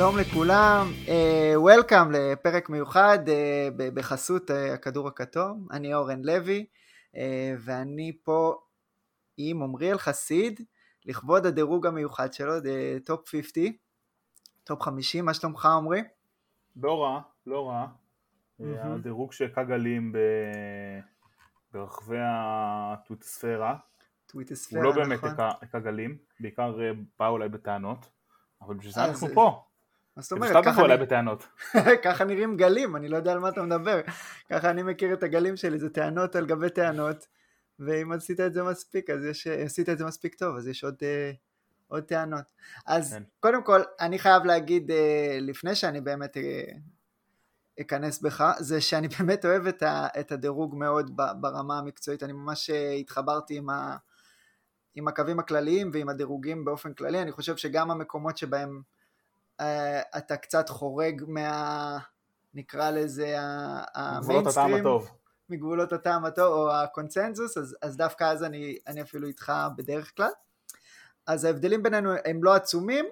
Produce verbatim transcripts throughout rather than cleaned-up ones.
שלום לכולם, uh, Welcome לפרק מיוחד uh, בחסות uh, הכדור הכתום. אני אורן לוי, uh, ואני פה עם עומריאל חסיד, לכבוד הדירוג המיוחד שלו, טופ חמישים, טופ חמישים, מה שלומך עומרי? לא רע, לא רע. Mm-hmm. הדירוג שהקה גלים ב... ברחבי הטוויטוספירה, טוויטוספירה, הוא לא באמת נכון. הקה גלים, בעיקר בא אולי בטענות, אבל בשביל זה אנחנו פה. מה זאת אומרת? ככה אולי בטענות. ככה נראים גלים, אני לא יודע על מה אתה מדבר. ככה אני מכיר את הגלים שלי, זה טענות על גבי טענות, ואם עשית את זה מספיק, אז יש, עשית את זה מספיק טוב, אז יש עוד, עוד טענות. אז כן. קודם כל, אני חייב להגיד, לפני שאני באמת אכנס בך, זה שאני באמת אוהב את, ה, את הדירוג מאוד ברמה המקצועית, אני ממש התחברתי עם, ה, עם הקווים הכלליים ועם הדירוגים באופן כללי, אני חושב שגם המקומות שבהם Uh, אתה קצת חורג מה, נקרא לזה, מגבולות הטעם הטוב. מגבולות הטעם הטוב, או הקונצנזוס, אז, אז דווקא אז אני, אני אפילו איתך בדרך כלל. אז ההבדלים בינינו הם לא עצומים,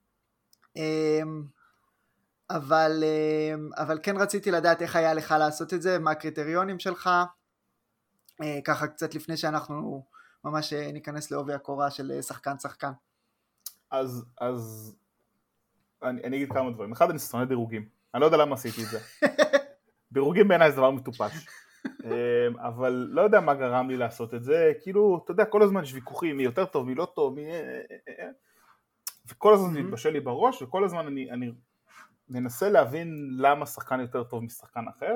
אבל, אבל כן רציתי לדעת איך היה לך לעשות את זה, מה הקריטריונים שלך, ככה קצת לפני שאנחנו ממש ניכנס לעובי הקורה של שחקן שחקן. אז, אז... אני, אני אגיד כמה דברים. אחד, אני שונא דירוגים. אני לא יודע למה עשיתי את זה. דירוגים בעיניי זה דבר מטופש. אבל לא יודע מה גרם לי לעשות את זה. כאילו, אתה יודע, כל הזמן יש ויכוחים, מי יותר טוב, מי לא טוב, מי... וכל הזמן זה מתבשל לי בראש, וכל הזמן אני, אני מנסה להבין למה שחקן יותר טוב משחקן אחר.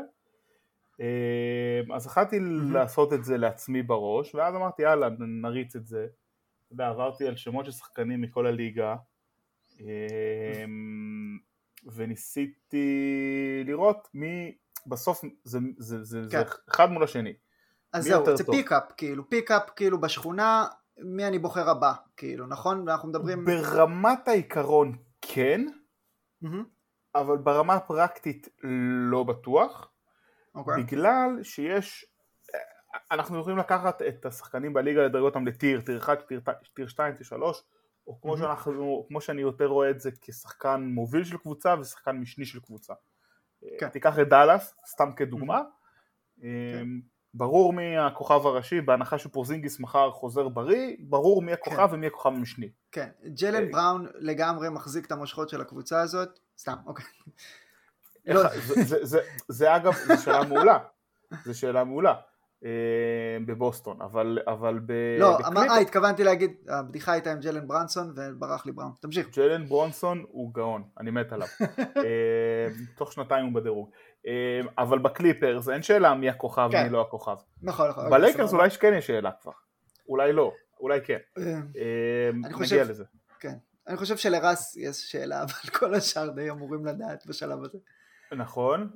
אז החלטתי לעשות את זה לעצמי בראש, ואז אמרתי, יאללה, נריץ את זה. אתה יודע, עברתי על שמות של שחקנים מכל הליגה, וניסיתי לראות מי בסוף זה, זה, זה, זה אחד מול השני. אז זהו, זה פיק-אפ, כאילו, פיק-אפ כאילו בשכונה, מי אני בוחר הבא, כאילו, נכון? ואנחנו מדברים... ברמת העיקרון כן, אבל ברמה הפרקטית לא בטוח, בגלל שיש, אנחנו יכולים לקחת את השחקנים בליגה, לדרג אותם לטיר, טיר אחד, טיר שתיים, טיר שלוש, או כמו שאנחנו, כמו שאני יותר רואה את זה כשחקן מוביל של קבוצה ושחקן משני של קבוצה. כן. תיקח את דאלאס, סתם כדוגמה. כן. ברור מי הכוכב הראשי, בהנחה שפורזינגיס מחר חוזר בריא, ברור מי הכוכב כן. ומי הכוכב המשני. כן, ג'לן בראון לגמרי מחזיק את המושכות של הקבוצה הזאת, סתם, אוקיי. זה, זה, זה, זה אגב, זו שאלה מעולה. זו שאלה מעולה. בבוסטון, אבל אבל לא, אה, התכוונתי להגיד, הבדיחה הייתה עם ג'לן ברנסון וברח לי בראון, תמשיך. ג'לן ברנסון הוא גאון, אני מת עליו. תוך שנתיים הוא בדירוג. אבל בקליפרס אין שאלה מי הכוכב ומי לא הכוכב. נכון, נכון. בלייקרס אולי שכן יש שאלה כבר. אולי לא, אולי כן. נגיע לזה. כן. אני חושב שלרס יש שאלה, אבל כל השאר די אמורים לדעת בשלב הזה. נכון.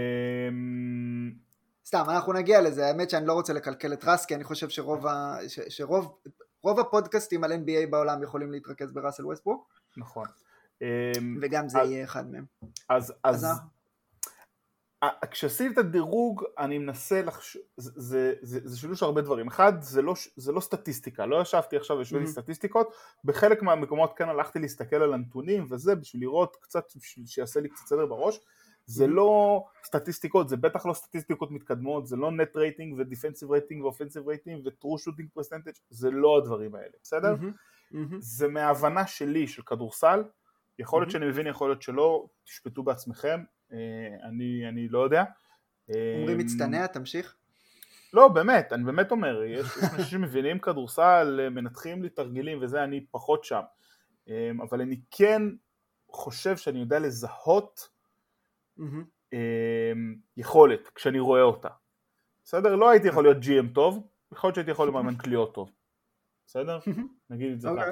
סתם, אנחנו נגיע לזה, האמת שאני לא רוצה לקלקל את רס, כי אני חושב שרוב, ה... ש... שרוב רוב הפודקאסטים על אן בי איי בעולם יכולים להתרכז בראסל ווסטברוק. נכון. וגם זה אז, יהיה אחד מהם. אז, אז, אז... כשעשיתי את הדירוג, אני מנסה לחשוב, זה, זה, זה, זה שילוש הרבה דברים. אחד, זה לא, זה לא סטטיסטיקה, לא ישבתי עכשיו וישבתי mm-hmm. סטטיסטיקות, בחלק מהמקומות כן הלכתי להסתכל על הנתונים, וזה בשביל לראות קצת, בשביל שיעשה לי קצת סדר בראש, זה לא סטטיסטיקות, זה בטח לא סטטיסטיקות מתקדמות, זה לא נט רייטינג ודיפנסיב רייטינג ואופנסיב רייטינג וטרו שוטינג פרסנטג', זה לא הדברים האלה, בסדר? Mm-hmm, mm-hmm. זה מההבנה שלי של כדורסל, יכול להיות mm-hmm. שאני מבין, יכול להיות שלא, תשפטו בעצמכם, אני, אני לא יודע. אומרים מצטנע, תמשיך? לא, באמת, אני באמת אומר, יש אנשים שמבינים כדורסל, מנתחים לי תרגילים וזה, אני פחות שם. אבל אני כן חושב שאני יודע לזהות Mm-hmm. יכולת כשאני רואה אותה, בסדר? לא הייתי יכול להיות ג'י אם טוב, יכול להיות שהייתי יכול למאמן קליעות טוב, בסדר? נגיד את זה ככה.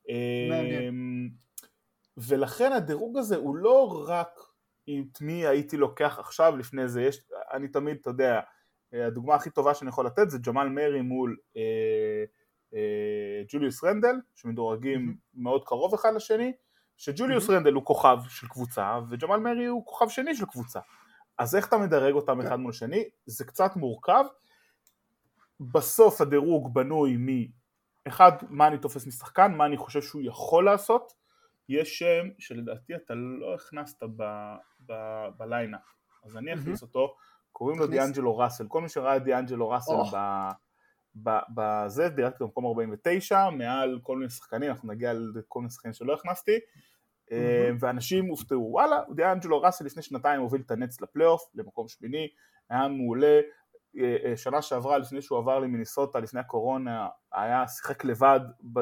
ולכן הדירוג הזה הוא לא רק את מי הייתי לוקח עכשיו לפני זה, יש, אני תמיד, אתה יודע, הדוגמה הכי טובה שאני יכול לתת זה ג'מאל מרי מול ג'וליוס רנדל, שמדורגים מאוד קרוב אחד לשני, שג'וליוס רנדל הוא כוכב של קבוצה, וג'מאל מרי הוא כוכב שני של קבוצה. אז איך אתה מדרג אותם אחד מול שני? זה קצת מורכב. בסוף הדירוג בנוי מאחד, מה אני תופס משחקן, מה אני חושב שהוא יכול לעשות, יש שם שלדעתי אתה לא הכנסת בליינאפ, אז אני אכניס אותו, קוראים לו דיאנג'לו ראסל, כל מי שראה דיאנג'לו ראסל בזה, דירקתי במקום ארבעים ותשע, מעל כל מיני שחקנים, אנחנו נגיע לכל מיני שחקנים שלא הכנסתי, ואנשים הופתעו, וואלה, דיאנג'לו ראסל לפני שנתיים הוביל את הנץ לפלייאוף, למקום שמיני, היה מעולה, שנה שעברה לפני שהוא עבר למיניסוטה, לפני הקורונה, היה שיחק לבד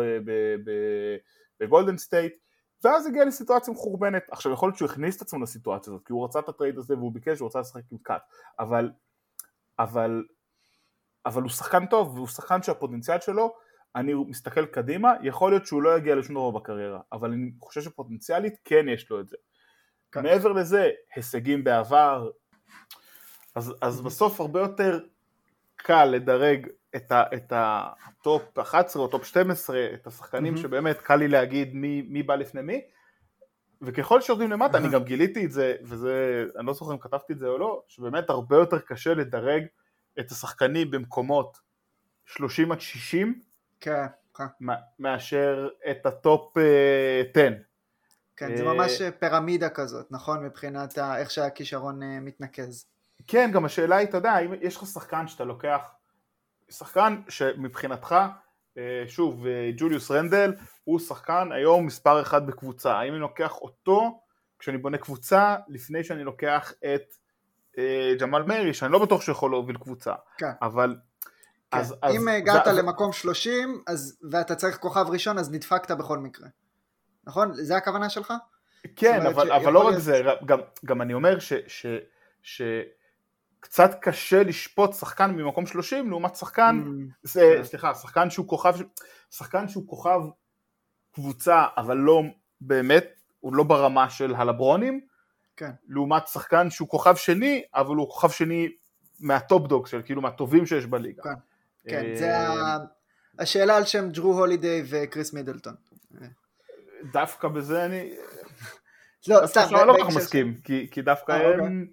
בגולדן סטייט, ואז הגיע לסיטואציה מחורבנת. עכשיו יכול להיות שהוא הכניס את עצמו לסיטואציה הזאת, כי הוא רצה את הטרייד הזה והוא ביקש, הוא רצה לשחק עם קאט, אבל, אבל, אבל הוא שחקן טוב, והוא שחקן שהפוטנציאל שלו, אני מסתכל קדימה, יכול להיות שהוא לא יגיע לשום דבר בקריירה, אבל אני חושב שפוטנציאלית כן יש לו את זה. כן. מעבר לזה, הישגים בעבר, אז, אז בסוף הרבה יותר קל לדרג את, ה, את הטופ אחת עשרה או טופ שתים עשרה, את השחקנים mm-hmm. שבאמת קל לי להגיד מי, מי בא לפני מי, וככל שיורדים למטה, אני גם גיליתי את זה, וזה, אני לא זוכר אם כתבתי את זה או לא, שבאמת הרבה יותר קשה לדרג את השחקנים במקומות שלושים עד שישים, כן, מאשר את הטופ עשר. כן, זה ממש פירמידה כזאת, נכון? מבחינת איך שהכישרון מתנקז. כן, גם השאלה היא, אתה יודע, אם יש לך שחקן שאתה לוקח, שחקן שמבחינתך, שוב, ג'וליוס רנדל, הוא שחקן היום מספר אחד בקבוצה, האם אני לוקח אותו, כשאני בונה קבוצה, לפני שאני לוקח את ג'מאל מרי, שאני לא בטוח שיכול להוביל קבוצה, כן. אבל... כן. אז, אם אז, הגעת זה, למקום שלושים, אז, ואתה צריך כוכב ראשון, אז נדפקת בכל מקרה. נכון? זה הכוונה שלך? כן, אבל, אבל לא רק זה, גם, גם אני אומר ש... ש, ש קצת קשה לשפוט שחקן ממקום שלושים לעומת שחקן, mm, זה, yeah. סליחה, שחקן שהוא כוכב, שחקן שהוא כוכב קבוצה, אבל לא באמת, הוא לא ברמה של הלברונים, כן. לעומת שחקן שהוא כוכב שני, אבל הוא כוכב שני מהטופ דוג של, כאילו מהטובים שיש בליגה. כן, כן, זה השאלה על שם ג'רו הולידיי וקריס מידלטון. דווקא בזה אני... לא, סתם. אני לא כך מסכים, כי דווקא הם...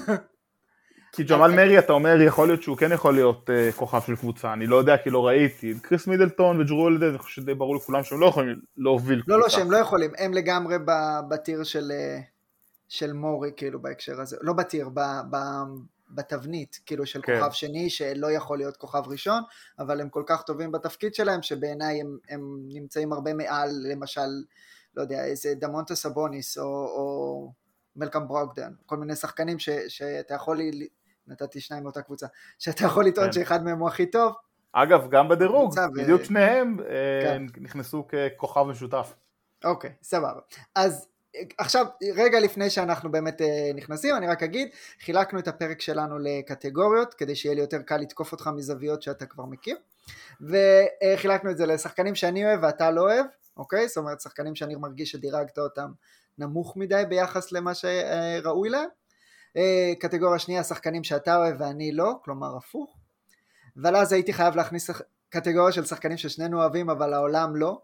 כי ג'מאל מרי, אתה אומר, יכול להיות שהוא כן יכול להיות uh, כוכב של קבוצה, אני לא יודע כי לא ראיתי, קריס מידלטון וג'רו הולידיי, אני חושב שדי ברור לכולם שהם לא יכולים להוביל קבוצה. לא, לא, שהם לא יכולים, הם לגמרי בטיר של, של מורי, כאילו בהקשר הזה, לא בטיר, ב, ב, בתבנית, כאילו של כן. כוכב שני, שלא יכול להיות כוכב ראשון, אבל הם כל כך טובים בתפקיד שלהם, שבעיניי הם, הם נמצאים הרבה מעל, למשל, לא יודע, איזה דמונטה סבוניס, או, או מלקם ברוקדן, כל מיני שחקנים ש, שאתה יכול לי... נתתי שניים מאותה קבוצה, שאתה יכול לטעון שאחד מהם הוא הכי טוב. אגב, גם בדירוג, בדיוק שניהם נכנסו ככוכב משותף. אוקיי, סבבה. אז עכשיו, רגע לפני שאנחנו באמת נכנסים, אני רק אגיד, חילקנו את הפרק שלנו לקטגוריות, כדי שיהיה לי יותר קל לתקוף אותך מזוויות שאתה כבר מכיר, וחילקנו את זה לשחקנים שאני אוהב ואתה לא אוהב, אוקיי? זאת אומרת, שחקנים שאני מרגיש שדירגת אותם נמוך מדי ביחס למה שראוי להם, קטגוריה שנייה, שחקנים שאתה אוהב ואני לא, כלומר הפוך, אבל אז הייתי חייב להכניס קטגוריה של שחקנים ששנינו אוהבים אבל העולם לא,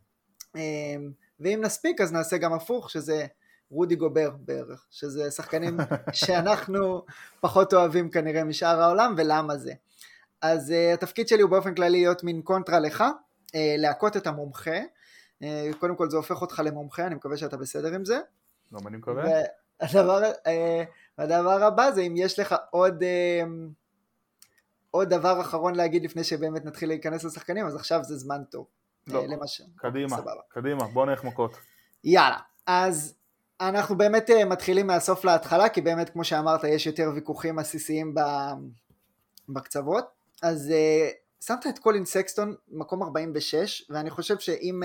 ואם נספיק אז נעשה גם הפוך, שזה רודי גובר בערך, שזה שחקנים שאנחנו פחות אוהבים כנראה משאר העולם, ולמה זה? אז התפקיד שלי הוא באופן כללי להיות מין קונטרה לך, להכות את המומחה, קודם כל זה הופך אותך למומחה, אני מקווה שאתה בסדר עם זה. גם אני מקווה. והדבר, והדבר הבא זה אם יש לך עוד, עוד דבר אחרון להגיד לפני שבאמת נתחיל להיכנס לשחקנים, אז עכשיו זה זמן טוב. לא, למשל. קדימה, סבבה. קדימה, בוא נלך מכות. יאללה, אז אנחנו באמת מתחילים מהסוף להתחלה, כי באמת כמו שאמרת יש יותר ויכוחים עסיסיים בקצוות, אז שמת את קולין סקסטון מקום ארבעים ושש, ואני חושב שאם...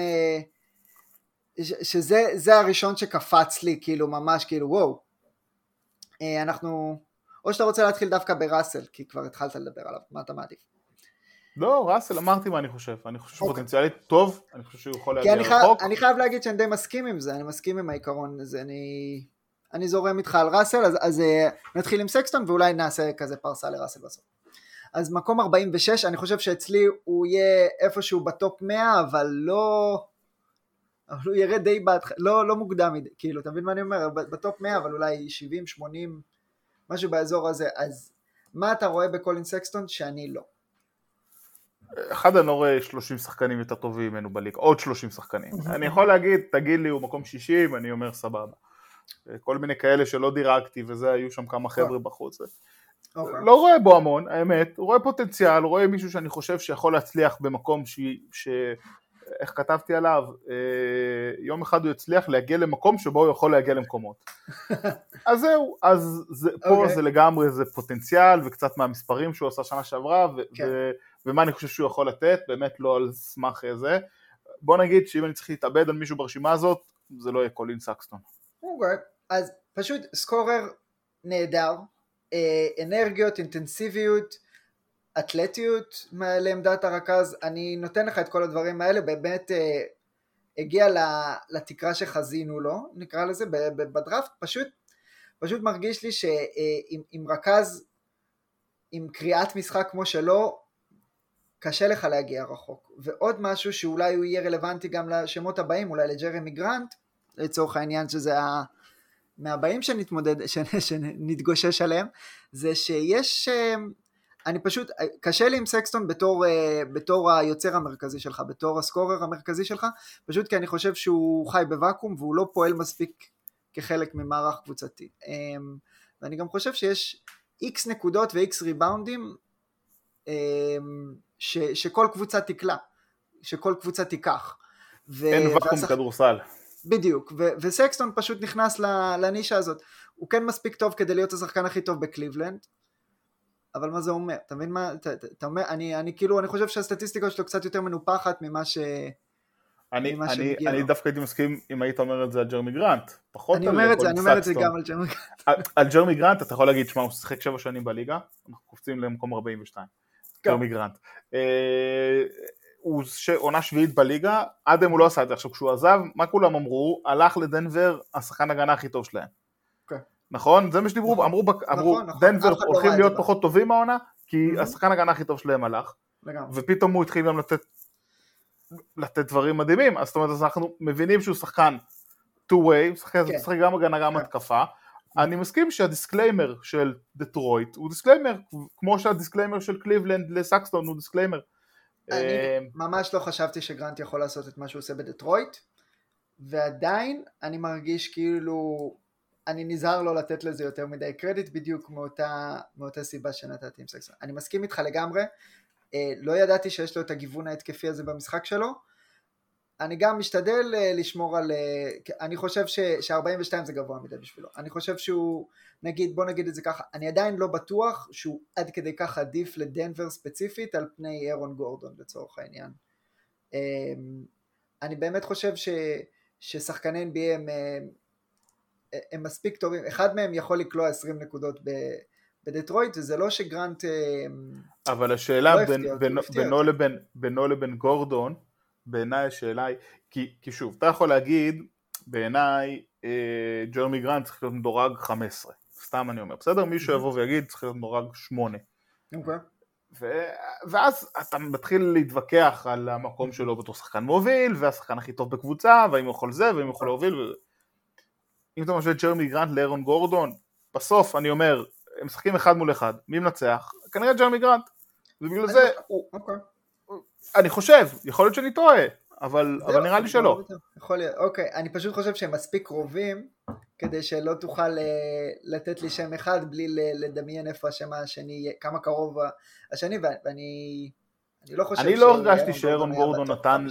שזה זה הראשון שקפץ לי, כאילו ממש כאילו וואו, אנחנו, או שאתה רוצה להתחיל דווקא בראסל, כי כבר התחלת לדבר עליו, מה אתה מעדיף? לא, ראסל, אמרתי מה אני חושב, אני חושב שפוטנציאלית טוב, אני חושב שהוא יכול להגיע רחוק. אני חייב להגיד שאני די מסכים עם זה, אני מסכים עם העיקרון הזה, אני, אני זורם איתך על ראסל, אז, אז נתחיל עם סקסטון, ואולי נעשה כזה פרסה לראסל בסוף. אז מקום ארבעים ושש, אני חושב שאצלי הוא יהיה איפשהו בטופ מאה, אבל לא... אבל הוא ירד די בהתחלה, לא, לא מוקדם, כאילו, אתה מבין מה אני אומר? בטופ מאה, אבל אולי שבעים, שמונים, משהו באזור הזה. אז מה אתה רואה בקולין סקסטון שאני לא? אחד אני לא רואה שלושים שחקנים יותר טובים ממנו בליגה, עוד שלושים שחקנים. אני יכול להגיד, תגיד לי, הוא מקום שישים, אני אומר סבבה. כל מיני כאלה שלא דירגתי, וזה, היו שם כמה חבר'ה בחוץ. לא רואה בו המון, האמת, הוא רואה פוטנציאל, הוא רואה מישהו שאני חושב שיכול להצליח במקום ש... איך כתבתי עליו, יום אחד הוא יצליח להגיע למקום שבו הוא יכול להגיע למקומות. אז זהו, אז פה זה לגמרי, זה פוטנציאל, וקצת מהמספרים שהוא עושה שנה שעברה, ומה אני חושב שהוא יכול לתת, באמת לא על סמך זה. בוא נגיד שאם אני צריך להתאבד על מישהו ברשימה הזאת, זה לא יהיה קולין סקסטון. אוקיי, אז פשוט סקורר נהדר, אנרגיות, אינטנסיביות, אתלטיות לעמדת הרכז, אני נותן לך את כל הדברים האלה, באמת הגיע לתקרה שחזינו לו, נקרא לזה, בדראפט, פשוט, פשוט מרגיש לי שעם רכז, עם קריאת משחק כמו שלו, קשה לך להגיע רחוק. ועוד משהו שאולי הוא יהיה רלוונטי גם לשמות הבאים, אולי לג'רמי גרנט, לצורך העניין שזה ה... מהבאים שנתמודד, שנתגושש עליהם, זה שיש, אני פשוט, קשה לי עם סקסטון בתור, בתור היוצר המרכזי שלך, בתור הסקורר המרכזי שלך, פשוט כי אני חושב שהוא חי בוואקום, והוא לא פועל מספיק כחלק ממערך קבוצתי. ואני גם חושב שיש X נקודות ו-X ריבאונדים, ש, שכל קבוצה תקלה, שכל קבוצה תיקח. אין וואקום כדורסל. בדיוק, ו- וסקסטון פשוט נכנס לנישה הזאת. הוא כן מספיק טוב כדי להיות השחקן הכי טוב בקליבלנד, אבל מה זה אומר? אתה מבין מה? אתה, אתה אומר, אני, אני כאילו, אני חושב שהסטטיסטיקה שלו קצת יותר מנופחת ממה ש... אני, אני, אני דווקא הייתי מסכים אם היית אומר את זה על ג'רמי גרנט, פחות אני אומר את זה, אני אומר את זה גם על ג'רמי גרנט. על, על ג'רמי גרנט אתה יכול להגיד, שמה, הוא שיחק שבע שנים בליגה, אנחנו קופצים למקום ארבעים ושתיים. ג'רמי גרנט. הוא עונה שביעית בליגה, עד היום הוא לא עשה את זה. עכשיו כשהוא עזב, מה כולם אמרו? הלך לדנבר השחקן הגנה הכי טוב שלהם. נכון? זה מה שדיברו, אמרו דנבר הולכים להיות פחות טובים מהעונה, כי השחקן הגנה הכי טוב שלהם הלך, ופתאום הוא התחיל גם לתת לתת דברים מדהימים. אז זאת אומרת, אנחנו מבינים שהוא שחקן two way, הוא שחקן גם הגנה גם התקפה. אני מסכים שהדיסקליימר של דטרויט הוא דיסקליימר, כמו שהדיסקליימר של קליבלנד לסקסטון הוא דיסקליימר. אני ממש לא חשבתי שגרנט יכול לעשות את מה שהוא עושה בדטרויט, ועדיין אני מרגיש כאילו אני נזהר לא לתת לזה יותר מדי קרדיט, בדיוק מאותה, מאותה סיבה שנתתי עם סקסטון. אני מסכים איתך לגמרי, לא ידעתי שיש לו את הגיוון ההתקפי הזה במשחק שלו, אני גם משתדל לשמור על, אני חושב ש-ארבעים ושתיים זה גבוה מדי בשבילו, אני חושב שהוא, נגיד, בוא נגיד את זה ככה, אני עדיין לא בטוח שהוא עד כדי כך עדיף לדנבר ספציפית על פני אירון גורדון לצורך העניין. אני באמת חושב ש, ששחקני אן בי איי הם, הם מספיק טובים, אחד מהם יכול לקלוע עשרים נקודות בדטרויט, וזה לא שגרנט אבל השאלה לא בין, בין, בינו, לבין, בינו לבין גורדון, בעיניי השאלה היא, כי, כי שוב, אתה יכול להגיד, בעיניי אה, ג'רמי גרנט צריך להיות מדורג חמש עשרה, סתם אני אומר, בסדר? מישהו יבוא ויגיד, צריך להיות מדורג שמונה. אוקיי. ו- ואז אתה מתחיל להתווכח על המקום שלו בתור שחקן מוביל, והשחקן הכי טוב בקבוצה, והאם הוא יכול זה, והאם הוא יכול להוביל. ו... אם אתה משווה את ג'רמי גרנט לאירון גורדון, בסוף אני אומר, הם משחקים אחד מול אחד, מי מנצח? כנראה ג'רמי גרנט. ובגלל זה, הוא... אוקיי. אני חושב, יכול להיות שאני טועה, אבל, אבל נראה לי שלא. יכול להיות, אוקיי, אני פשוט חושב שהם מספיק קרובים, כדי שלא תוכל לתת לי שם אחד, בלי לדמיין איפה השם השני, כמה קרוב השני, ואני אני לא חושב... אני לא הרגשתי שאירון גורדון נתן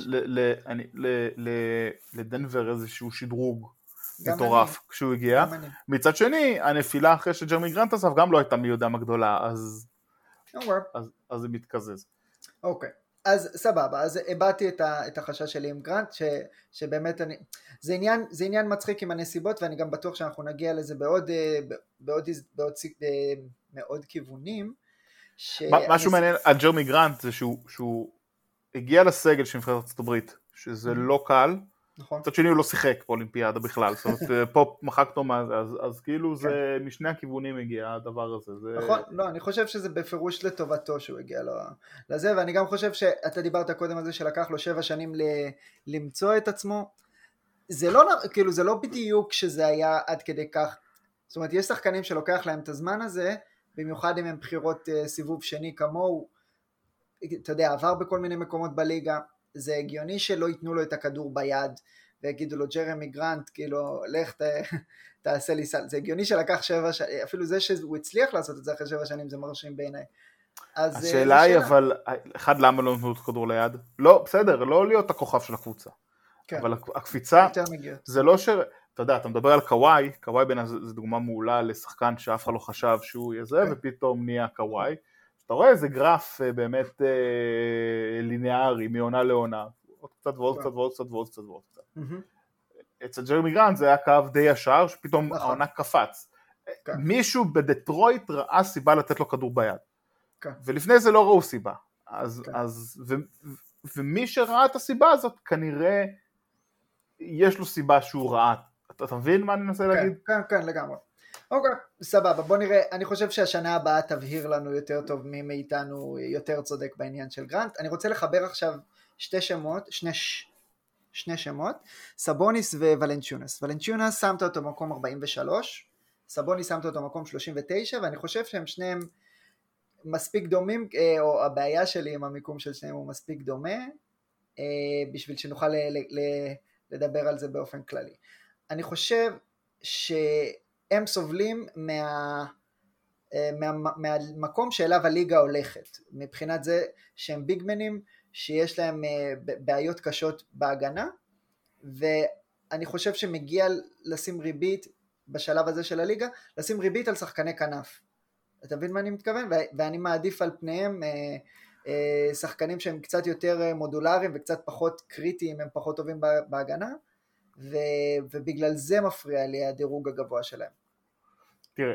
לדנבר איזשהו שדרוג מטורף כשהוא הגיע. מצד שני, הנפילה אחרי שג'רמי גרנט עזב, גם לא הייתה מי יודע מה גדולה, אז זה מתקזז. אוקיי. אז סבבה, אז הבאתי את, ה, את החשש שלי עם גרנט, ש, שבאמת אני, זה עניין, זה עניין מצחיק עם הנסיבות, ואני גם בטוח שאנחנו נגיע לזה בעוד, בעוד, בעוד, מאוד כיוונים. משהו מעניין על ג'רמי גרנט, זה שהוא, שהוא הגיע לסגל של נבחרת ארצות הברית, שזה לא קל, נכון. מצד שני הוא לא שיחק באולימפיאדה בכלל, זאת אומרת, פה מחקנו מה זה, אז, אז כאילו זה משני הכיוונים הגיע הדבר הזה. זה... נכון, לא, אני חושב שזה בפירוש לטובתו שהוא הגיע לזה, ואני גם חושב שאתה דיברת קודם על זה שלקח לו שבע שנים ל... למצוא את עצמו, זה לא, כאילו זה לא בדיוק שזה היה עד כדי כך, זאת אומרת, יש שחקנים שלוקח להם את הזמן הזה, במיוחד אם הם בחירות סיבוב שני כמוהו, אתה יודע, עבר בכל מיני מקומות בליגה, זה הגיוני שלא ייתנו לו את הכדור ביד, ויגידו לו ג'רמי גרנט, כאילו, לך ת, תעשה לי סל, זה הגיוני שלקח שבע שנים, אפילו זה שהוא הצליח לעשות את זה אחרי שבע שנים, זה מרשים בעיניי. השאלה היא אבל, אחד, למה לא נתנו את הכדור ליד? לא, בסדר, לא להיות הכוכב של הקבוצה. כן. אבל הקפיצה, זה לא ש... אתה יודע, אתה מדבר על קוואי, קוואי בין זו דוגמה מעולה לשחקן שאף אחד לא חשב שהוא יהיה זה, ופתאום נהיה קוואי. אתה רואה איזה גרף באמת ליניארי, מעונה לעונה, עוד קצת ועוד קצת ועוד קצת ועוד קצת ועוד קצת. אצל ג'רמי גרנט זה היה קו די ישר, שפתאום העונה קפץ. מישהו בדטרויט ראה סיבה לתת לו כדור ביד. ולפני זה לא ראו סיבה. ומי שראה את הסיבה הזאת, כנראה יש לו סיבה שהוא ראה. אתה מבין מה אני מנסה להגיד? כן, כן, לגמרי. אוקיי, סבבה, בוא נראה, אני חושב שהשנה הבאה תבהיר לנו יותר טוב מי מאיתנו יותר צודק בעניין של גרנט. אני רוצה לחבר עכשיו שתי שמות, שני, שני שמות, סבוניס וולנצ'ונס. ולנצ'ונס שמת אותו במקום ארבעים ושלוש, סבוניס שמת אותו במקום שלושים ותשע, ואני חושב שהם שניהם מספיק דומים, או הבעיה שלי עם המיקום של שניהם הוא מספיק דומה, בשביל שנוכל לדבר על זה באופן כללי. אני חושב שהם סובלים מה, מה, מהמקום שאליו הליגה הולכת, מבחינת זה שהם ביגמנים שיש להם בעיות קשות בהגנה, ואני חושב שמגיע לשים ריבית בשלב הזה של הליגה, לשים ריבית על שחקני כנף. אתה מבין מה אני מתכוון? ואני מעדיף על פניהם שחקנים שהם קצת יותר מודולריים וקצת פחות קריטיים, הם פחות טובים בהגנה, ו, ובגלל זה מפריע לי הדירוג הגבוה שלהם. תראה,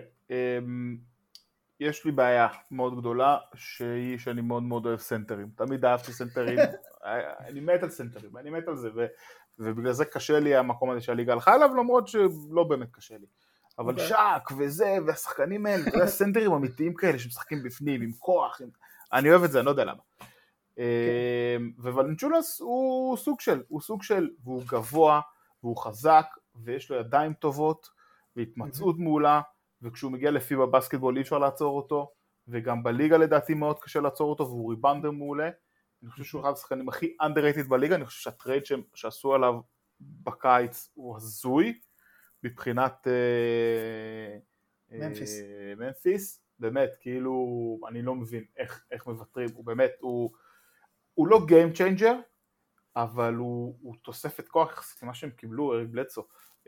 יש לי בעיה מאוד גדולה, שהיא שאני מאוד מאוד אוהב סנטרים. תמיד אהבתי סנטרים, אני מת על סנטרים, אני מת על זה, ו, ובגלל זה קשה לי המקום הזה שהליגה הלכה עליו, למרות שלא באמת קשה לי. אבל okay. שק וזה, והשחקנים האלה, והסנטרים אמיתיים כאלה שמשחקים בפנים, עם כוח, עם... אני אוהב את זה, אני לא יודע למה. Okay. ווולנצ'ונס הוא סוג של, הוא סוג של, והוא גבוה, והוא חזק, ויש לו ידיים טובות, והתמצאות mm-hmm. מעולה, וכשהוא מגיע לפי בבסקטבול אי אפשר לעצור אותו, וגם בליגה לדעתי מאוד קשה לעצור אותו, והוא ריבאונדר מעולה. אני חושב שהוא אחד השחקנים הכי underrated בליגה, אני חושב שהטרייד שעשו עליו בקיץ הוא הזוי, מבחינת ממפיס. ממפיס, באמת, כאילו, אני לא מבין איך, איך מבטרים, הוא באמת, הוא, הוא לא game changer, אבל הוא, הוא תוספת כוח יחסית למה שהם קיבלו, אריק בלדסו.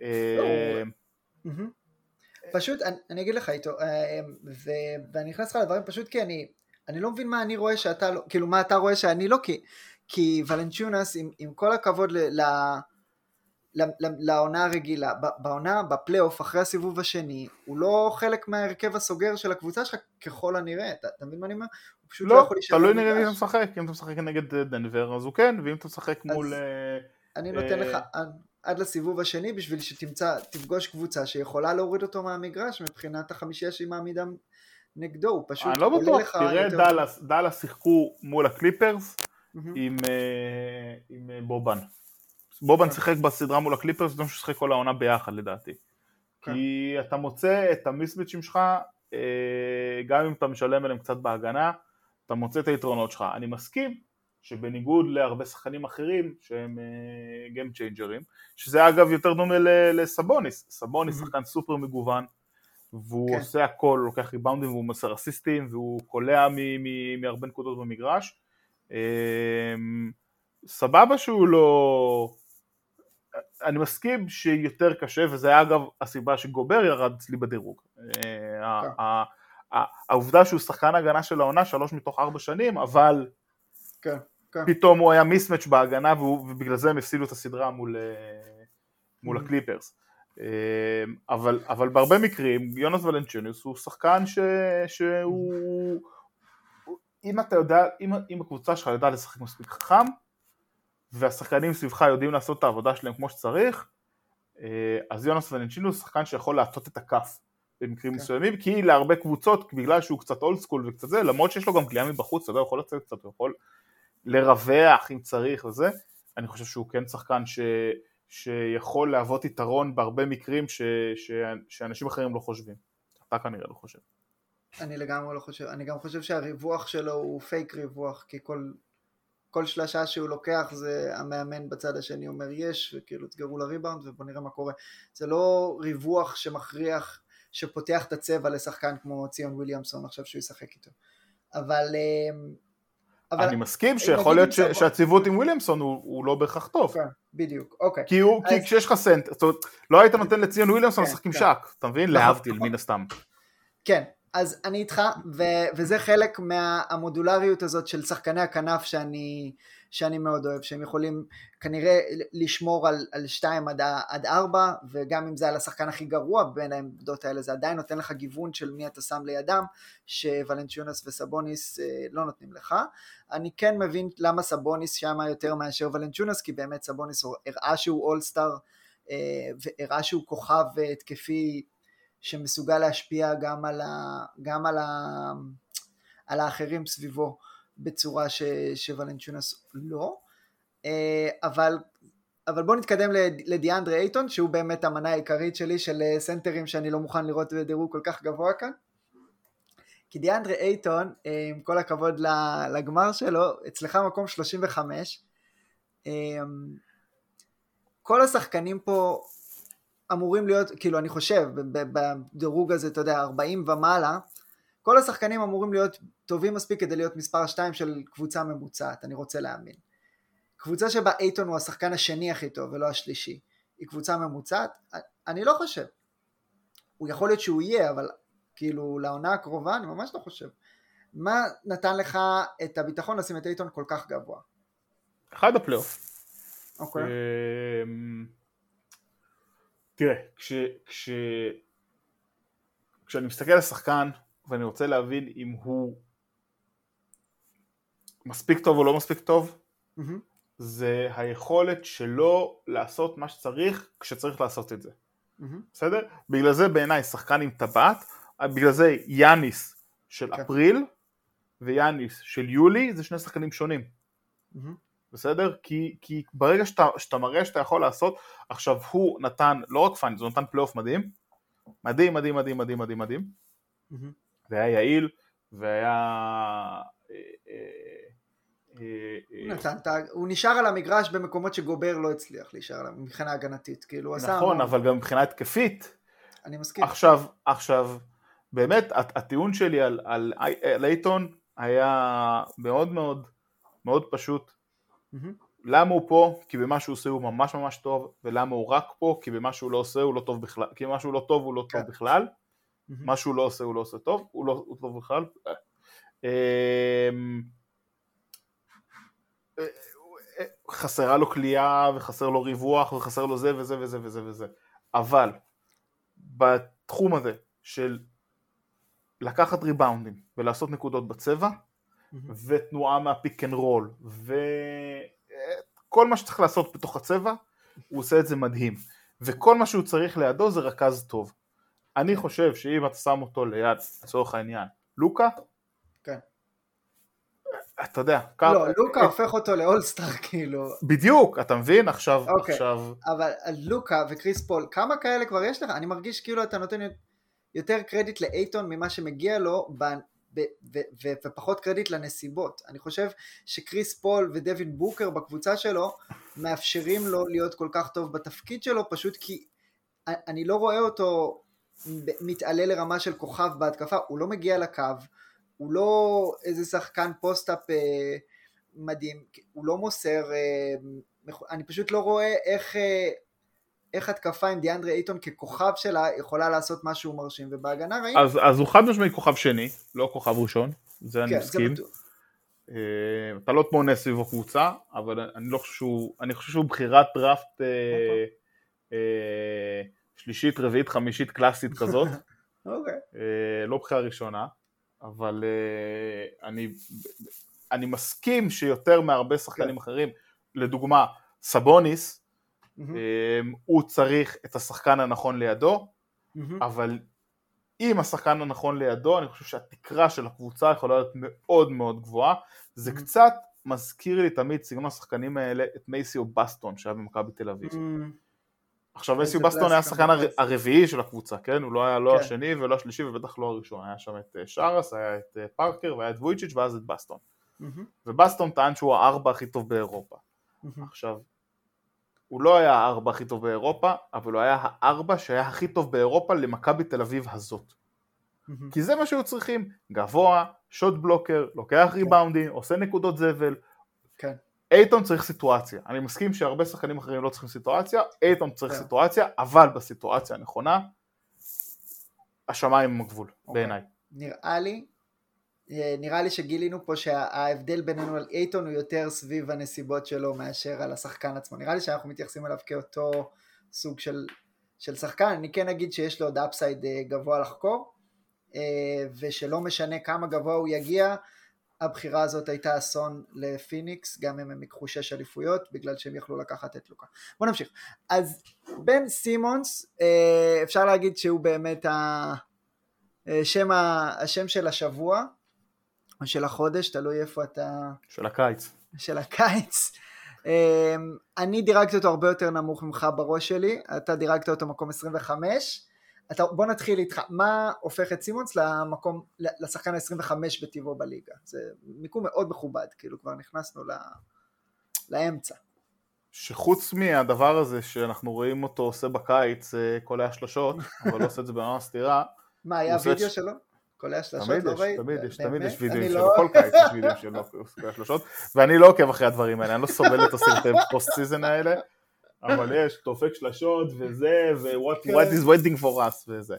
פשוט, אני, אני אגיד לך איתו, ו, ואני נכנס לך לדברים פשוט כי אני, אני לא מבין מה אני רואה שאתה לא, כאילו מה אתה רואה שאני לא, כי, כי ולנצ'ונס, עם, עם כל הכבוד ל... לעונה הרגילה, בעונה, בפלייאוף, אחרי הסיבוב השני, הוא לא חלק מהרכב הסוגר של הקבוצה שלך, ככל הנראה, אתה, אתה מבין מה אני אומר? הוא פשוט לא, לא יכול להישאר. לא, תלוי נגד אם אתה משחק, אם אתה משחק נגד דנבר, אז הוא כן, ואם אתה משחק מול... אני נותן לך עד, עד לסיבוב השני, בשביל שתמצא, תפגוש קבוצה שיכולה להוריד אותו מהמגרש, מבחינת החמישייה שהיא מעמידה נגדו, הוא פשוט... אני לא בטוח, תראה דאלאס, דאלאס שיחקו מול הקליפרס, עם, עם בובן. בובן שיחק בסדרה מול הקליפרס, זה ששיחק כל העונה ביחד לדעתי. כי אתה מוצא את המיסמיצ'ים שלך, גם אם אתה משלם אליהם קצת בהגנה, אתה מוצא את היתרונות שלך. אני מסכים שבניגוד להרבה שחקנים אחרים, שהם גיים צ'יינג'רים, שזה אגב יותר דומה לסבוניס. סבוניס שחקן סופר מגוון, והוא עושה הכל, הוא לוקח ריבאונדים, והוא מסר אסיסטים, והוא קולע מהרבה נקודות במגרש. סבבה שהוא לא... אני מסכים שיותר קשה, וזה היה אגב הסיבה שגובר ירד אצלי בדירוג. העובדה שהוא שחקן הגנה של העונה שלוש מתוך ארבע שנים, אבל פתאום הוא היה מיסמץ' בהגנה, ובגלל זה הם הפסידו את הסדרה מול הקליפרס. אבל בהרבה מקרים, יונס ולנצ'ונס הוא שחקן שהוא... אם אתה יודע, אם הקבוצה שלך יודעת לשחק מספיק חכם, והשחקנים סביבך יודעים לעשות את העבודה שלהם כמו שצריך, אז יונס ולנצ'ונס הוא שחקן שיכול להטות את הכף במקרים מסוימים, כי להרבה קבוצות, בגלל שהוא קצת אולד סקול וקצת זה, למרות שיש לו גם קליעה מבחוץ, אתה יודע, הוא יכול לצאת קצת, הוא יכול לרווח אם צריך וזה, אני חושב שהוא כן שחקן ש... שיכול להוות יתרון בהרבה מקרים ש... ש... שאנשים אחרים לא חושבים. אתה כנראה לא חושב. אני לגמרי לא חושב, אני גם חושב שהריווח שלו הוא פייק ריווח, כי כל, כל שלשה שהוא לוקח זה המאמן בצד השני אומר יש, וכאילו תגרו לריבאונד ובוא נראה מה קורה. זה לא ריווח שמכריח, שפותח את הצבע לשחקן כמו ציון וויליאמסון עכשיו שהוא ישחק איתו. אבל... אבל אני מסכים שיכול להיות ש... שהציוות עם וויליאמסון הוא, הוא לא בהכרח טוב. כן, בדיוק, אוקיי. כי, הוא, אז... כי כשיש לך סנט, זאת אומרת, לא היית נותן לציון וויליאמסון לשחק עם שק, אתה מבין? להבדיל מן הסתם. כן, אז אני איתך, ו- וזה חלק מהמודולריות הזאת של שחקני הכנף שאני, שאני מאוד אוהב, שהם יכולים כנראה לשמור על, על שתיים עד, עד ארבע, וגם אם זה על השחקן הכי גרוע בין העמדות האלה, זה עדיין נותן לך גיוון של מי אתה שם לידם, שוולנצ'יונס וסבוניס אה, לא נותנים לך. אני כן מבין למה סבוניס שמה יותר מאשר ולנצ'יונס, כי באמת סבוניס הראה שהוא אולסטאר, אה, והראה שהוא כוכב התקפי, שמסוגל להשפיע גם על ה, גם על ה, על האחרים סביבו בצורה ש, שוולנצ'ונס לא, אבל, אבל בוא נתקדם לדיאנדרה אייטון, שהוא באמת המנה העיקרית שלי של סנטרים שאני לא מוכן לראות בדירוג כל כך גבוה כאן, כי דיאנדרה אייטון, עם כל הכבוד לגמר שלו, אצלך מקום שלושים וחמש, כל השחקנים פה אמורים להיות, כאילו אני חושב, בדירוג הזה, אתה יודע, ארבעים ומעלה, כל השחקנים אמורים להיות טובים מספיק כדי להיות מספר שתיים של קבוצה ממוצעת, אני רוצה להאמין. קבוצה שבה אייטון הוא השחקן השני הכי טוב ולא השלישי, היא קבוצה ממוצעת, אני לא חושב. הוא יכול להיות שהוא יהיה, אבל כאילו לעונה הקרובה אני ממש לא חושב. מה נתן לך את הביטחון לשים את אייטון כל כך גבוה? אחד הפלייאוף. אוקיי. תראה, כש, כש, כשאני מסתכל על השחקן ואני רוצה להבין אם הוא מספיק טוב או לא מספיק טוב, mm-hmm. זה היכולת שלו לעשות מה שצריך כשצריך לעשות את זה. Mm-hmm. בסדר? בגלל זה בעיניי שחקן עם טבעת, בגלל זה יאניס של okay. אפריל ויאניס של יולי, זה שני שחקנים שונים. Mm-hmm. בסדר? כי, כי ברגע שאתה, שאתה מראה שאתה יכול לעשות, עכשיו הוא נתן, לא רק פאנל, זה נתן פלייאוף מדהים, מדהים, מדהים, מדהים, מדהים, מדהים, מדהים, mm-hmm. והיה יעיל, והיה... נתן, הוא נשאר על המגרש במקומות שגובר לא הצליח להישאר עליו, מבחינה הגנתית, כאילו, נכון, אבל גם מבחינה התקפית, אני מסכים. עכשיו, עכשיו, באמת, הטיעון שלי על, על, על אייטון היה מאוד מאוד, מאוד פשוט, Mm-hmm. למה הוא פה? כי במה שהוא עושה הוא ממש ממש טוב, ולמה הוא רק פה? כי במה שהוא לא עושה הוא לא טוב בכלל, כי במה שהוא לא טוב הוא לא טוב בכלל, mm-hmm. מה שהוא לא עושה הוא לא עושה טוב, הוא לא הוא טוב בכלל. חסרה לו קליעה, וחסר לו ריווח, וחסר לו זה וזה וזה וזה וזה, אבל בתחום הזה של לקחת ריבאונדים ולעשות נקודות בצבע, ותנועה מהפיק אנד רול, וכל מה שצריך לעשות בתוך הצבע, הוא עושה את זה מדהים, וכל מה שהוא צריך לידו זה רכז טוב. אני חושב שאם אתה שם אותו ליד, לצורך העניין, לוקה, כן. אתה יודע, לא, לוקה הופך אותו לאולסטאר, כאילו. בדיוק, אתה מבין? עכשיו, עכשיו... אבל לוקה וקריס פול, כמה כאלה כבר יש לך? אני מרגיש כאילו אתה נותן יותר קרדיט לאייטון ממה שמגיע לו, ופחות קרדיט לנסיבות. אני חושב שקריס פול ודווין בוקר בקבוצה שלו מאפשרים לו להיות כל כך טוב בתפקיד שלו, פשוט כי אני לא רואה אותו מתעלה לרמה של כוכב בהתקפה, הוא לא מגיע לקו, הוא לא איזה שחקן פוסט-אפ מדהים, הוא לא מוסר, אני פשוט לא רואה איך איך התקפה עם דיאנדרה אייטון ככוכב שלה יכולה לעשות משהו מרשים, ובהגנה ראינו. אז, אז הוא חד משמעי כוכב שני, לא כוכב ראשון, זה אני כן, מסכים. זה אתה לא תמונה סביב הקבוצה, אבל אני לא חושב שהוא, אני חושב שהוא בחירת דראפט אה, אה, שלישית, רביעית, חמישית, קלאסית כזאת. אוקיי. אה, לא בחירה ראשונה, אבל אה, אני, אני מסכים שיותר מהרבה שחקנים כן. אחרים, לדוגמה, סבוניס, Mm-hmm. הוא צריך את השחקן הנכון לידו, mm-hmm. אבל אם השחקן הנכון לידו, אני חושב שהתקרה של הקבוצה יכולה להיות מאוד מאוד גבוהה, זה mm-hmm. קצת מזכיר לי תמיד סגנון השחקנים האלה, את מייסי או בסטון שהיה במכבי תל אביב. Mm-hmm. עכשיו מסיו בסטון היה השחקן הרביעי של הקבוצה, כן? הוא לא היה לא השני ולא השלישי ובטח לא הראשון, היה שם את שרס, היה את פארקר והיה את וויצ'יץ' ואז את בסטון. ובסטון טען שהוא הארבע הכי טוב באירופה. עכשיו, הוא לא היה הארבע הכי טוב באירופה, אבל הוא היה הארבע שהיה הכי טוב באירופה למכבי תל אביב הזאת. כי זה מה שהיו צריכים, גבוה, שוט בלוקר, לוקח ריבאונדים, עושה נקודות זבל. כן. אייטון צריך סיטואציה, אני מסכים שהרבה שחקנים אחרים לא צריכים סיטואציה, אייטון צריך סיטואציה, אבל בסיטואציה הנכונה, השמיים הם הגבול, בעיניי. נראה לי, נראה לי שגילינו פה שההבדל בינינו על אייטון הוא יותר סביב הנסיבות שלו מאשר על השחקן עצמו, נראה לי שאנחנו מתייחסים אליו כאותו סוג של, של שחקן, אני כן אגיד שיש לו עוד אפסייד גבוה לחקור, ושלא משנה כמה גבוה הוא יגיע, הבחירה הזאת הייתה אסון לפיניקס, גם אם הם יקחו שש אליפויות, בגלל שהם יכלו לקחת את לוקה. בוא נמשיך. אז בן סימונס, אפשר להגיד שהוא באמת השם, השם של השבוע, או של החודש, תלוי איפה אתה... של הקיץ. של הקיץ. אני דירגתי אותו הרבה יותר נמוך ממך בראש שלי, אתה דירגת אותו מקום עשרים וחמש, אתה, בוא נתחיל איתך, מה הופך את סימונס למקום, לשחקן ה-עשרים וחמש בטבעו בליגה? זה מיקום מאוד מכובד, כאילו כבר נכנסנו לא, לאמצע. שחוץ מהדבר הזה שאנחנו רואים אותו עושה בקיץ, כל השלשות, אבל לא עושה את זה בעונה סתירה. מה, היה וידאו שלו? כל השלשות לא ראית? תמיד יש, תמיד יש וידאו שלו, כל קיץ יש וידאו שלו, כל השלשות, ואני לא עוקב אחרי הדברים האלה, אני לא סובל את הסרטי פוסט סיזן האלה, אבל יש תופק שלשות וזה, ו-what is waiting for us וזה.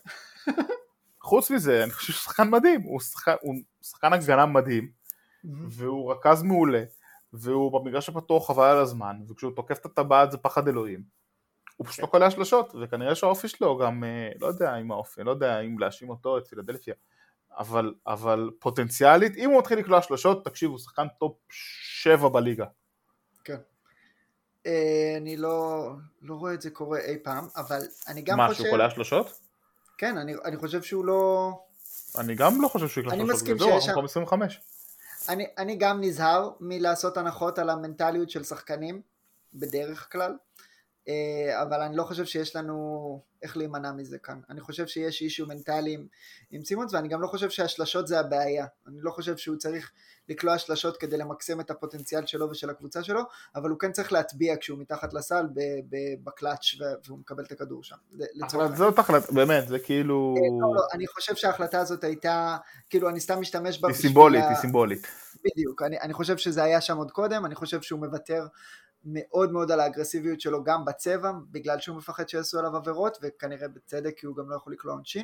חוץ מזה, אני חושב שהוא שחקן מדהים, הוא שחקן הגנה מדהים, והוא רכז מעולה, והוא במגרש הפתוח חבל על הזמן, וכשהוא תוקף את הטבעת זה פחד אלוהים. הוא פשוט לא קולע שלשות, וכנראה שהאופי שלו גם, לא יודע אם האופי, לא יודע אם להאשים אותו את פילדלפיה, אבל, אבל פוטנציאלית, אם הוא מתחיל לקלוע שלשות, תקשיב, הוא שחקן טופ שבע בליגה. כן. אני לא, לא רואה את זה קורה אי פעם, אבל אני גם מה, חושב... מה, שהוא קולע שלשות? כן, אני, אני חושב שהוא לא... אני גם לא חושב שהוא יקלע שלשות. אני מסכים שיש... אנחנו עשרים וחמש. אני, אני גם נזהר מלעשות הנחות על המנטליות של שחקנים, בדרך כלל, אבל אני לא חושב שיש לנו איך להימנע מזה כאן. אני חושב שיש אישו מנטלי עם, עם סימונס, ואני גם לא חושב שהשלשות זה הבעיה. אני לא חושב שהוא צריך לקלוע שלשות כדי למקסם את הפוטנציאל שלו ושל הקבוצה שלו, אבל הוא כן צריך להטביע כשהוא מתחת לסל בקלאץ' והוא מקבל את הכדור שם. אבל זאת החלטה, באמת, זה כאילו... לא, לא, אני חושב שההחלטה הזאת הייתה, כאילו אני סתם משתמש בה... היא סימבולית, היא סימבולית. בדיוק, אני, אני חושב שזה היה שם עוד קודם, אני חושב שהוא מוותר מאוד מאוד על האגרסיביות שלו גם בצבע, בגלל שהוא מפחד שיעשו עליו עבירות, וכנראה בצדק כי הוא גם לא יכול לקלוע עונשין.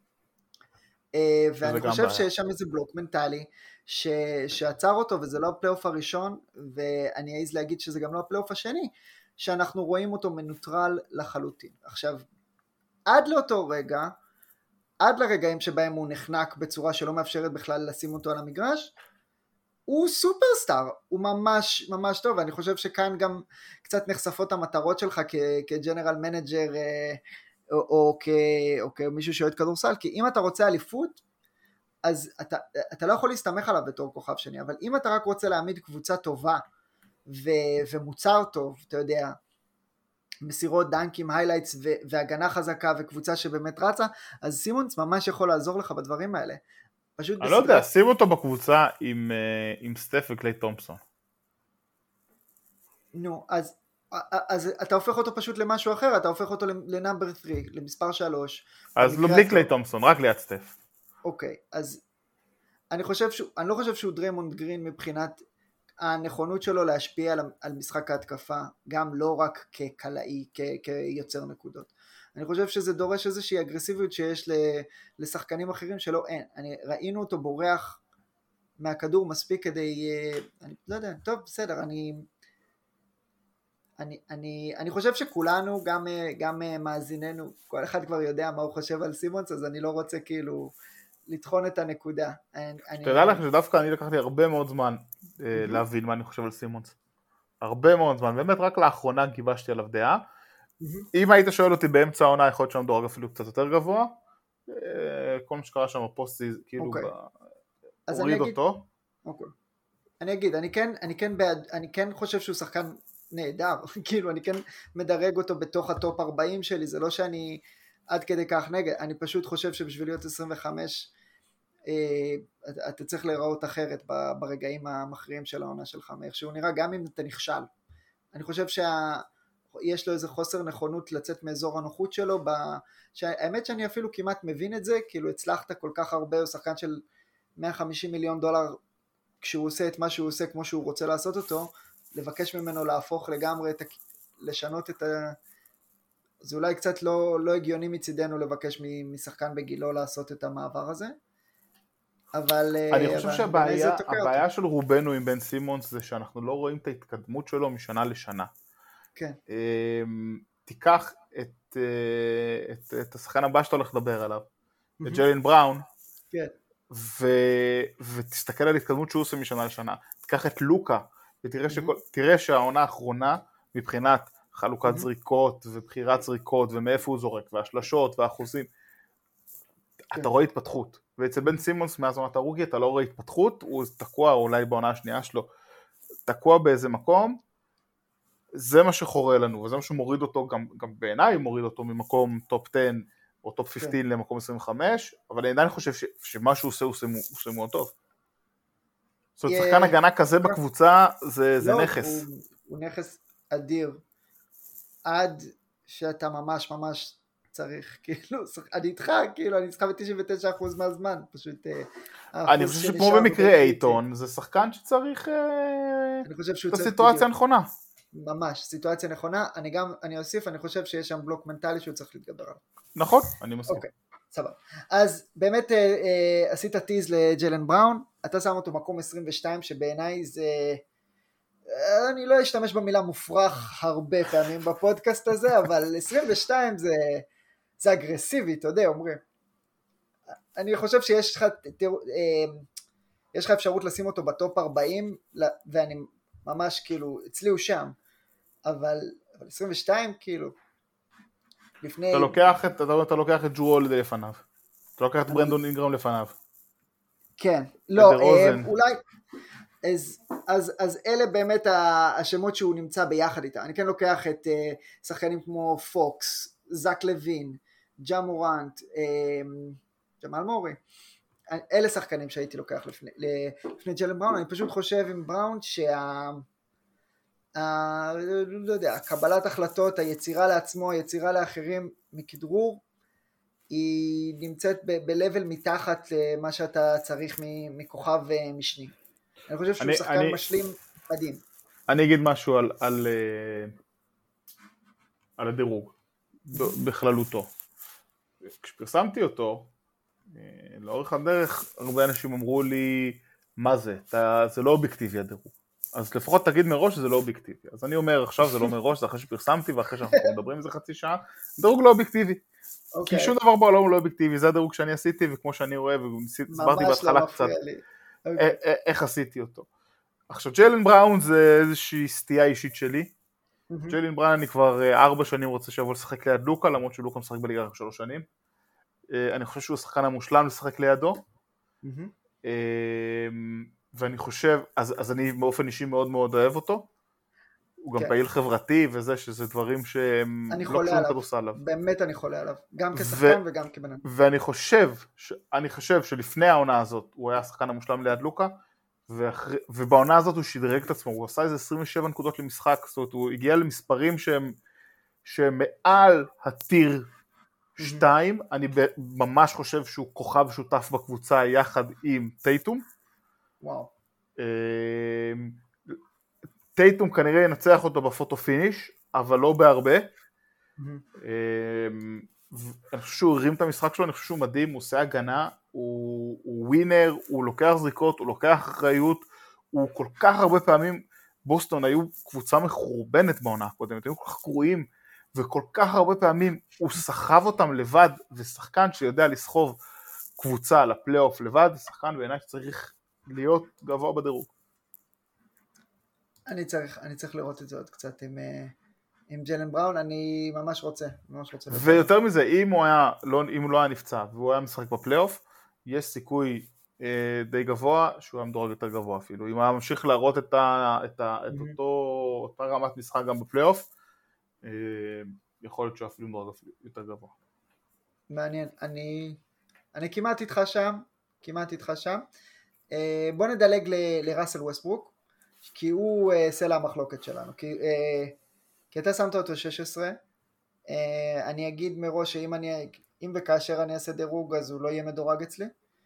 ואני חושב בעיה. שיש שם איזה בלוק מנטלי, ש... שעצר אותו, וזה לא הפלייאוף הראשון, ואני אעז להגיד שזה גם לא הפלייאוף השני, שאנחנו רואים אותו מנוטרל לחלוטין. עכשיו, עד לאותו רגע, עד לרגעים שבהם הוא נחנק בצורה שלא מאפשרת בכלל לשים אותו על המגרש, הוא סופרסטאר, הוא ממש ממש טוב, ואני חושב שכאן גם קצת נחשפות המטרות שלך כג'נרל מנג'ר, או, או, כ, או כמישהו שאוהד כדורסל, כי אם אתה רוצה אליפות, אז אתה, אתה לא יכול להסתמך עליו בתור כוכב שני, אבל אם אתה רק רוצה להעמיד קבוצה טובה, ו, ומוצר טוב, אתה יודע, מסירות, דנקים, היילייטס, ו, והגנה חזקה, וקבוצה שבאמת רצה, אז סימונס ממש יכול לעזור לך בדברים האלה. אני לא יודע, שים אותו בקבוצה עם, עם סטף וקליי תומפסון. נו, אז, אז אתה הופך אותו פשוט למשהו אחר, אתה הופך אותו לנאמבר שלוש, למספר שלוש. אז לא בלי קליי תומפסון, רק ליד סטף. אוקיי, אז אני חושב שהוא, אני לא חושב שהוא דריימונד גרין מבחינת הנכונות שלו להשפיע על, על משחק ההתקפה, גם לא רק כקלעי, כ, כיוצר נקודות. אני חושב שזה דורש איזושהי אגרסיביות שיש לשחקנים אחרים שלא אין. אני, ראינו אותו בורח מהכדור מספיק כדי, אני לא יודע, טוב, בסדר, אני, אני, אני, אני חושב שכולנו, גם, גם מאזיננו, כל אחד כבר יודע מה הוא חושב על סימונס, אז אני לא רוצה כאילו לטחון את הנקודה. תדע לך שדווקא אני לקחתי הרבה מאוד זמן להבין מה אני חושב על סימונס. הרבה מאוד זמן, באמת רק לאחרונה גיבשתי עליו דעה, אם היית שואל אותי באמצע העונה, יכול להיות שם דורג אפילו קצת יותר גבוה, כל מה שקרה שם הפוסט, כאילו, הוריד אותו. אני אגיד, אני כן, אני כן בעד, אני כן חושב שהוא שחקן נהדר, כאילו אני כן מדרג אותו בתוך הטופ ארבעים שלי, זה לא שאני עד כדי כך נגד, אני פשוט חושב שבשביל להיות עשרים וחמש, אתה צריך להיראות אחרת ברגעים המכריעים של העונה שלך, מאיך שהוא נראה, גם אם אתה נכשל. אני חושב שיש לו איזה חוסר נכונות לצאת מאזור הנוחות שלו, האמת שאני אפילו כמעט מבין את זה, כאילו הצלחת כל כך הרבה, הוא שחקן של מאה וחמישים מיליון דולר, כשהוא עושה את מה שהוא עושה כמו שהוא רוצה לעשות אותו, לבקש ממנו להפוך לגמרי, לשנות את ה... זה אולי קצת לא, לא הגיוני מצידנו לבקש משחקן בגילו לעשות את המעבר הזה, אבל... אני חושב שהבעיה הבעיה של רובנו עם בן סימונס זה שאנחנו לא רואים את ההתקדמות שלו משנה לשנה. כן. תיקח את, את, את השחקן הבא שאתה הולך לדבר עליו, את ג'יילן בראון, כן. ו, ותסתכל על התקדמות שהוא עושה משנה לשנה. תיקח את לוקה, ותראה שכל, תראה שהעונה האחרונה, מבחינת חלוקת זריקות, ובחירת זריקות, ומאיפה הוא זורק, והשלשות, והאחוזים, אתה רואה התפתחות. ואצל בן סימונס, מאז עונת הרוקי, אתה לא רואה התפתחות, הוא תקוע, אולי בעונה השנייה שלו, תקוע באיזה מקום, זה מה שחורה לנו, וזה מה שמוריד אותו, גם, גם בעיניי, מוריד אותו ממקום טופ עשר, או טופ חמש עשרה למקום עשרים וחמש, אבל אני עדיין חושב ש, שמה שהוא עושה, הוא עושה, הוא עושה מאוד טוב. זאת אומרת, שחקן הגנה כזה בקבוצה, זה, זה נכס. הוא, הוא נכס אדיר, עד שאתה ממש ממש צריך, כאילו, אני איתך, כאילו, אני איתך ב-תשעים ותשעה אחוז מהזמן, פשוט... אני חושב שכמו במקרה אייטון, זה שחקן שצריך את הסיטואציה הנכונה. ממש, סיטואציה נכונה, אני גם, אני אוסיף, אני חושב שיש שם בלוק מנטלי שהוא צריך להתגבר עליו. נכון, אני מסכים. אוקיי, סבבה. אז באמת עשית טיז לג'יילן בראון, אתה שם אותו מקום עשרים ושתיים, שבעיניי זה... אני לא אשתמש במילה מופרך הרבה פעמים בפודקאסט הזה, אבל עשרים ושתיים זה, זה אגרסיבי, אתה יודע, אומרים. אני חושב שיש לך, יש לך אפשרות לשים אותו בטופ ארבעים, ואני ממש כאילו, אצלי הוא שם, אבל, אבל עשרים ושתיים כאילו, לפני... אתה לוקח את, אתה, אתה לוקח את ג'רו הולידיי לפניו, אתה לוקח את ברנדון אינגרם לפניו. כן, לא, אולי... אז, אז, אז אלה באמת השמות שהוא נמצא ביחד איתה. אני כן לוקח את uh, שחקנים כמו פוקס, זק לוין, ג'ה מורנט, uh, ג'מאל מורי. אלה שחקנים שהייתי לוקח לפני, לפני ג'יילן בראון. אני פשוט חושב עם בראון שה... ה, לא יודע, קבלת החלטות, היצירה לעצמו, היצירה לאחרים מכדרור, היא נמצאת ב-level מתחת למה שאתה צריך מכוכב משני. אני חושב שהוא שחקן אני, משלים מדהים. אני אגיד משהו על, על, על הדירוג, בכללותו. כשפרסמתי אותו, לאורך הדרך, הרבה אנשים אמרו לי, מה זה? אתה, זה לא אובייקטיבי הדירוג. אז לפחות תגיד מראש שזה לא אובייקטיבי. אז אני אומר, עכשיו זה לא מראש, זה אחרי שפרסמתי, ואחרי שאנחנו מדברים איזה חצי שעה, דירוג לא אובייקטיבי. Okay. כי שום דבר בעולם הוא לא אובייקטיבי, זה הדירוג שאני עשיתי, וכמו שאני רואה, והסברתי בהתחלה קצת, okay. איך עשיתי אותו. עכשיו, ג'יילן בראון זה איזושהי סטייה אישית שלי. Mm-hmm. ג'יילן בראון אני כבר ארבע שנים רוצה שיבוא לשחק ליד לוקה, למרות שלוקה משחק בליגה רק שלוש שנים. אני חושב שהוא השחקן המושלם לשחק לידו. Mm-hmm. ואני חושב, אז, אז אני באופן אישי מאוד מאוד אוהב אותו. הוא גם פעיל חברתי וזה, שזה דברים שהם לא קשורים כדורסל עליו. באמת אני חולה עליו, גם כשחקן וגם כבנן. ואני חושב, אני חושב שלפני העונה הזאת הוא היה השחקן המושלם ליד לוקה, ובעונה הזאת הוא שדרג את עצמו, הוא עשה איזה עשרים ושבע נקודות למשחק, זאת אומרת הוא הגיע למספרים שהם, שהם מעל הטיר שתיים, אני ממש חושב שהוא כוכב שותף בקבוצה יחד עם טייטום. וואו. טייטום כנראה ינצח אותו בפוטו פיניש, אבל לא בהרבה. אני חושב שהוא הרים את המשחק שלו, אני חושב שהוא מדהים, הוא עושה הגנה, הוא ווינר, הוא לוקח זריקות, הוא לוקח אחריות, הוא כל כך הרבה פעמים, בוסטון היו קבוצה מחורבנת בעונה הקודמת, היו כל כך גרועים, וכל כך הרבה פעמים הוא סחב אותם לבד, ושחקן שיודע לסחוב קבוצה לפלייאוף לבד, שחקן בעיניי שצריך להיות גבוה בדירוג. אני צריך, אני צריך לראות את זה עוד קצת עם, עם ג'יילן בראון, אני ממש רוצה, ממש רוצה. ויותר מזה, אם הוא היה, לא, אם הוא לא היה נפצע, והוא היה משחק בפלייאוף, יש סיכוי די גבוה, שהוא היה מדורג יותר גבוה אפילו. אם היה ממשיך להראות את, ה, את, ה, את אותו, אותה רמת משחק גם בפלייאוף, יכול להיות שהוא אפילו מדורג יותר גבוה. מעניין, אני, אני כמעט איתך שם, כמעט איתך שם. בוא נדלג ל, לראסל ווסטברוק, כי הוא סלע המחלוקת שלנו, כי, כי אתה שמת אותו שש עשרה, אני אגיד מראש שאם אני, אם וכאשר אני אעשה דירוג, אז הוא לא יהיה מדורג אצלי,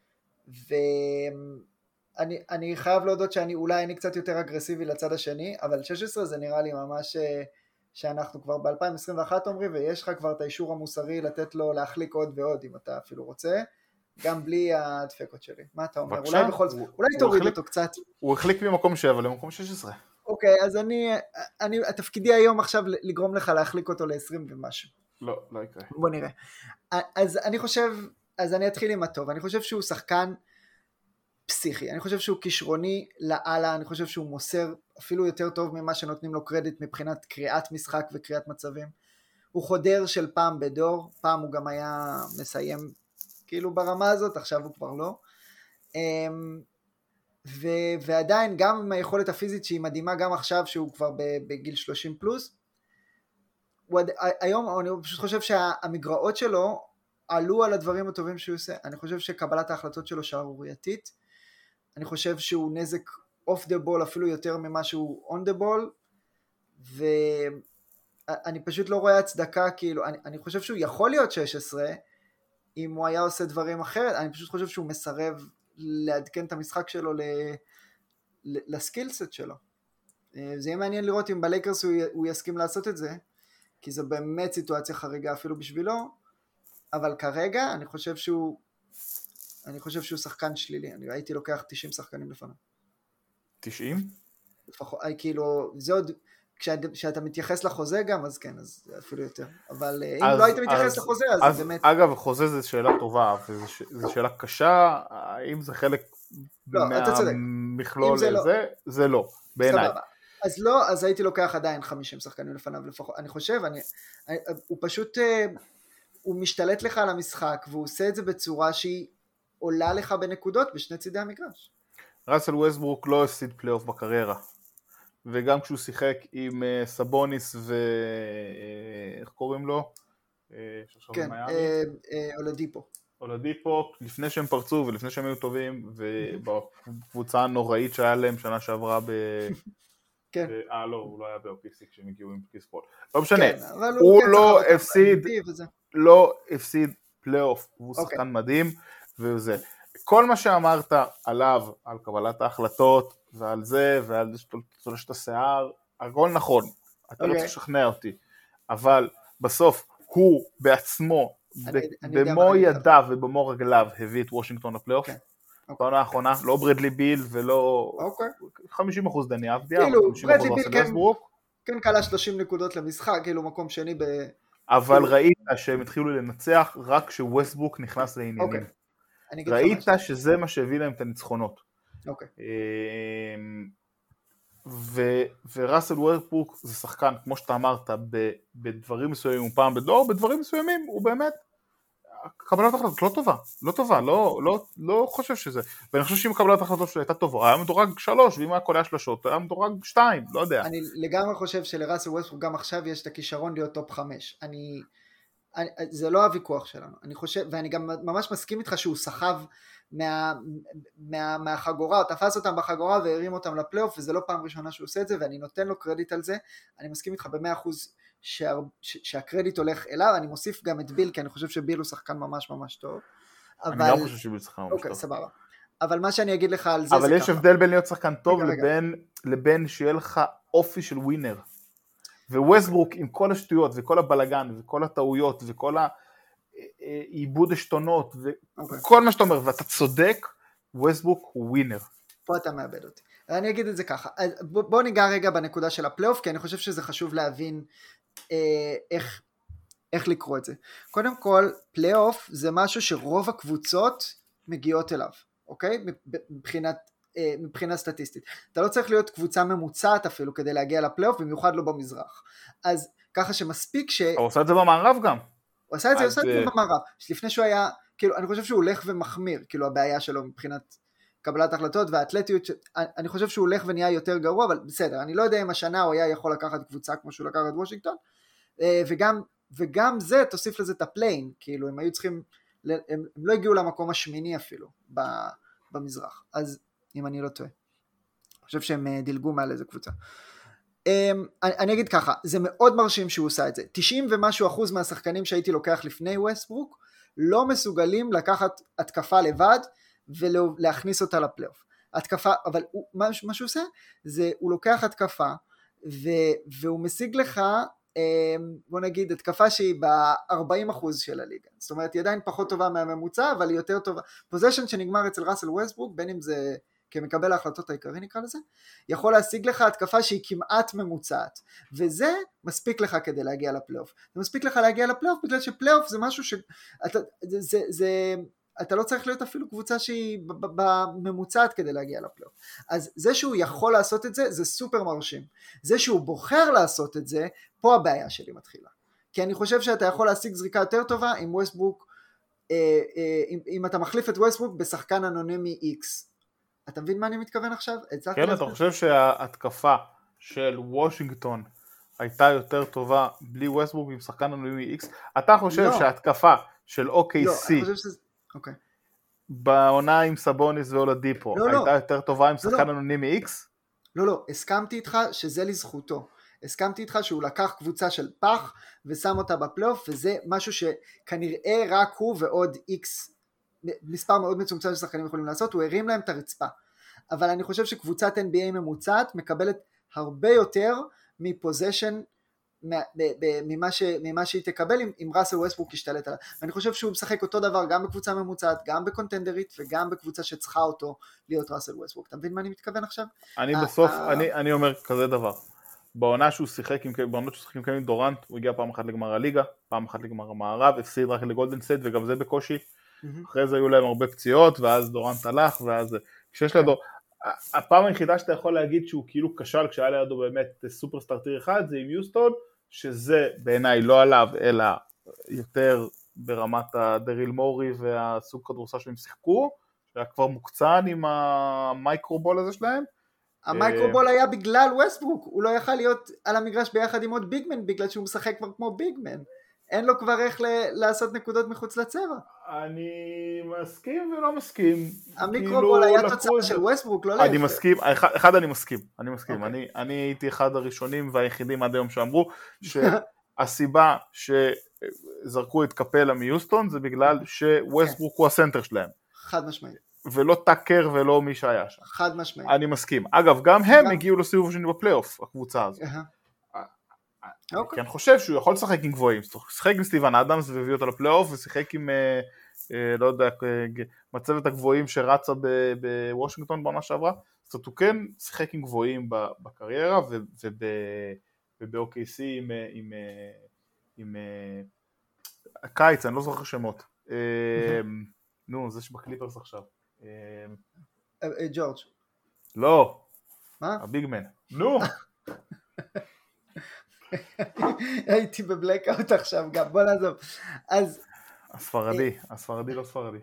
ואני אני חייב להודות שאני אולי אני קצת יותר אגרסיבי לצד השני, אבל שש עשרה זה נראה לי ממש שאנחנו כבר ב-אלפיים עשרים ואחת אומרים, ויש לך כבר את האישור המוסרי לתת לו להחליק עוד ועוד אם אתה אפילו רוצה, גם בלי הדפקות שלי. מה אתה אומר? אולי בכל זאת, אולי תוריד אותו קצת. הוא החליק ממקום שבע למקום שש עשרה. אוקיי, אז אני, אני, התפקידי היום עכשיו לגרום לך להחליק אותו ל-עשרים ומשהו. לא, לא יקרה. בוא נראה. אז אני חושב, אז אני אתחיל עם הטוב. אני חושב שהוא שחקן פסיכי. אני חושב שהוא כישרוני לעלה. אני חושב שהוא מוסר אפילו יותר טוב ממה שנותנים לו קרדיט מבחינת קריאת משחק וקריאת מצבים. הוא חודר של פעם בדור. פעם הוא גם היה מסיים כאילו ברמה הזאת, עכשיו הוא כבר לא. ו- ועדיין גם עם היכולת הפיזית שהיא מדהימה גם עכשיו שהוא כבר בגיל שלושים פלוס, עד, היום אני פשוט חושב שהמגרעות שלו עלו על הדברים הטובים שהוא עושה. אני חושב שקבלת ההחלטות שלו שערורייתית, אני חושב שהוא נזק off the ball אפילו יותר ממה שהוא on the ball, ואני פשוט לא רואה הצדקה, כאילו, אני, אני חושב שהוא יכול להיות שש עשרה, אם הוא היה עושה דברים אחרת, אני פשוט חושב שהוא מסרב לעדכן את המשחק שלו לסקילסט שלו. זה יהיה מעניין לראות אם בלייקרס הוא, הוא יסכים לעשות את זה, כי זו באמת סיטואציה חריגה אפילו בשבילו, אבל כרגע אני חושב שהוא, אני חושב שהוא שחקן שלילי, אני הייתי לוקח תשעים שחקנים לפניו. תשעים? לפחות, כאילו, זה עוד, כשאתה מתייחס לחוזה גם, אז כן, אז אפילו יותר. אבל אם לא היית מתייחס לחוזה, אז באמת... אגב, חוזה זה שאלה טובה, וזו שאלה קשה, האם זה חלק מהמכלול הזה? זה לא, בעיניי. אז לא, אז הייתי לוקח עדיין חמישים שחקנים לפניו לפחות. אני חושב, הוא פשוט, הוא משתלט לך על המשחק, והוא עושה את זה בצורה שהיא עולה לך בנקודות בשני צידי המגרש. ראסל ווסטברוק לא הפסיד פלייאוף בקריירה. וגם כשהוא שיחק עם סבוניס ו... איך קוראים לו? כן, אולדיפו. אולדיפו, לפני שהם פרצו ולפני שהם היו טובים, ובקבוצה הנוראית שהיה להם שנה שעברה ב... כן. אה, לא, הוא לא היה באוקיסי כשהם הגיעו עם קריס פול. לא משנה, הוא לא הפסיד, לא הפסיד פלייאוף, הוא שחקן מדהים, וזה. כל מה שאמרת עליו, על קבלת ההחלטות, ועל זה, ועל צולשת השיער, הכל נכון, אתה לא צריך לשכנע אותי, אבל בסוף הוא בעצמו, במו ידיו ובמו רגליו, הביא את וושינגטון לפלייאוף, בעונה האחרונה, לא ברדלי ביל ולא חמישים אחוז דני אבדיה, חמישים אחוז ראסל ווסטברוק. כן קלה שלושים נקודות למשחק, כאילו מקום שני ב... אבל ראית שהם התחילו לנצח רק כשווסטברוק נכנס לעניינים. ראית שזה מה שהביא להם את הניצחונות. אוקיי. וראסל ווסטברוק זה שחקן, כמו שאתה אמרת, בדברים מסוימים הוא פעם בדור, בדברים מסוימים הוא באמת, קבלת החלטות לא טובה, לא טובה, לא חושב שזה, ואני חושב שאם קבלת החלטות שלו הייתה טובה, היה מדורג שלוש, ואם היה קולע שלושות, היה מדורג שתיים, לא יודע. אני לגמרי חושב שלראסל ווסטברוק גם עכשיו יש את הכישרון להיות טופ חמש, אני... זה לא הוויכוח שלנו, אני חושב, ואני גם ממש מסכים איתך שהוא סחב מה, מה, מהחגורה, הוא תפס אותם בחגורה והרים אותם לפלייאוף, וזה לא פעם ראשונה שהוא עושה את זה, ואני נותן לו קרדיט על זה, אני מסכים איתך ב-מאה אחוז שה, שהקרדיט הולך אליו, אני מוסיף גם את ביל, כי אני חושב שביל הוא שחקן ממש ממש טוב. אני אבל... גם חושב שביל שחקן ממש אוקיי, טוב. סבבה. אבל מה שאני אגיד לך על זה, אבל זה יש ככה. הבדל בין להיות שחקן טוב רגע, לבין, רגע. לבין שיהיה לך אופי של ווינר. וווסטברוק עם כל השטויות וכל הבלגן וכל הטעויות וכל העיבוד השתונות וכל מה שאתה אומר, ואתה צודק, ווסטברוק הוא ווינר. פה אתה מאבד אותי. אני אגיד את זה ככה, בוא ניגע רגע בנקודה של הפלייאוף, כי אני חושב שזה חשוב להבין איך, איך לקרוא את זה. קודם כל, פלייאוף זה משהו שרוב הקבוצות מגיעות אליו, אוקיי? מבחינת מבחינה סטטיסטית. אתה לא צריך להיות קבוצה ממוצעת אפילו כדי להגיע לפלייאוף, במיוחד לא במזרח. אז ככה שמספיק ש... הוא עושה את זה במערב גם. הוא עושה את זה, הוא עושה את זה במערב. לפני שהוא היה, כאילו, אני חושב שהוא הולך ומחמיר, כאילו הבעיה שלו מבחינת קבלת החלטות והאתלטיות, אני חושב שהוא הולך ונהיה יותר גרוע, אבל בסדר, אני לא יודע אם השנה הוא היה יכול לקחת קבוצה כמו שהוא לקח את וושינגטון, וגם, וגם זה תוסיף לזה את הפליין, כאילו הם היו צריכים, הם, הם לא הגיעו למקום השמיני אפילו במזרח, אז אם אני לא טועה, אני חושב שהם דילגו מעל איזה קבוצה. אני, אני אגיד ככה, זה מאוד מרשים שהוא עושה את זה, תשעים ומשהו אחוז מהשחקנים שהייתי לוקח לפני ווסטברוק, לא מסוגלים לקחת התקפה לבד, ולהכניס אותה לפלייאוף. התקפה, אבל הוא, מה, מה שהוא עושה, זה הוא לוקח התקפה, ו, והוא משיג לך, בוא נגיד, התקפה שהיא ב-ארבעים אחוז של הליגה. זאת אומרת, היא עדיין פחות טובה מהממוצע, אבל היא יותר טובה. פוזיישן שנגמר אצל ראסל ווסטברוק, בין אם זה כמקבל ההחלטות העיקרי נקרא לזה, יכול להשיג לך התקפה שהיא כמעט ממוצעת. וזה מספיק לך כדי להגיע לפלייאוף. זה מספיק לך להגיע לפלייאוף, בגלל שפלייאוף זה משהו ש... אתה, זה, זה, זה, אתה לא צריך להיות אפילו קבוצה שהיא בממוצעת כדי להגיע לפלייאוף. אז זה שהוא יכול לעשות את זה, זה סופר מרשים. זה שהוא בוחר לעשות את זה, פה הבעיה שלי מתחילה. כי אני חושב שאתה יכול להשיג זריקה יותר טובה עם ווסטברוק, אם, אם אתה מחליף את ווסטברוק בשחקן אנונימי X. אתה מבין מה אני מתכוון עכשיו? כן, אתה חושב שההתקפה של וושינגטון הייתה יותר טובה בלי ווסטברוק עם שחקן אנונימי X? אתה חושב שההתקפה של O K C לא, אני חושב שזה... אוקיי. בעונה עם סבוניס ואולדיפו, לא, הייתה לא. יותר טובה עם שחקן לא. אנונימי X? לא, לא, הסכמתי איתך שזה לזכותו. הסכמתי איתך שהוא לקח קבוצה של פח ושם אותה בפלייאוף, וזה משהו שכנראה רק הוא ועוד X, מספר מאוד מצומצם של שחקנים יכולים לעשות, הוא הרים להם את הרצפה. אבל אני חושב שקבוצת N B A ממוצעת מקבלת הרבה יותר מפוזיישן, ממה, ש, ממה שהיא תקבל אם, אם ראסל ווסטברוק ישתלט עליו. ואני חושב שהוא משחק אותו דבר גם בקבוצה ממוצעת, גם בקונטנדרית וגם בקבוצה שצריכה אותו להיות ראסל ווסטברוק. אתה מבין מה אני מתכוון עכשיו? אני בסוף, אני, אני אומר כזה דבר. בעונה שהוא שיחק עם, בעונות שהוא שיחק עם קווין דורנט, הוא הגיע פעם אחת לגמר הליגה, פעם אחת לגמר המערב, הפסיד רק לגולדן סטייט וגם זה בקושי. אחרי זה היו להם הרבה פציעות, ואז דורנט הלך, ואז כשיש לידו, הפעם היחידה שאתה יכול להגיד שהוא כאילו כשל, כשהיה לידו באמת סופרסטאר טיר אחד, זה עם יוסטון, שזה בעיניי לא עליו, אלא יותר ברמת הדריל מורי והסוג כדורסל שהם שיחקו, שהיה כבר מוקצן עם המייקרובול הזה שלהם. המייקרובול היה בגלל ווסטברוק, הוא לא יכל להיות על המגרש ביחד עם עוד ביגמן, בגלל שהוא משחק כבר כמו ביגמן. אין לו כבר איך לעשות נקודות מחוץ לצבע. אני מסכים ולא מסכים. המיקרובול היה תוצאה של ווסטברוק, לא להפך. אני מסכים, אחד אני מסכים, אני מסכים. אני הייתי אחד הראשונים והיחידים עד היום שאמרו שהסיבה שזרקו את קפלה מיוסטון זה בגלל שווסטברוק הוא הסנטר שלהם. חד משמעית. ולא טאקר ולא מי שהיה שם. חד משמעית. אני מסכים. אגב, גם הם הגיעו לסיבוב השני בפלייאוף, הקבוצה הזאת. כי אני חושב שהוא יכול לשחק עם גבוהים, שיחק עם סטיבן אדמס והביא אותו לפלייאוף, ושיחק עם, לא יודע, מצבת הגבוהים שרצה בוושינגטון בעונה שעברה, זאת אומרת, הוא כן שיחק עם גבוהים בקריירה, וב-O K C עם הקיץ, אני לא זוכר שמות. נו, זה שבקליפרס עכשיו. ג'ורג'. לא. מה? הביגמן. נו. הייתי בבלקאוט עכשיו גם, בוא נעזוב. אז... הספרדי, הספרדי לא ספרדי.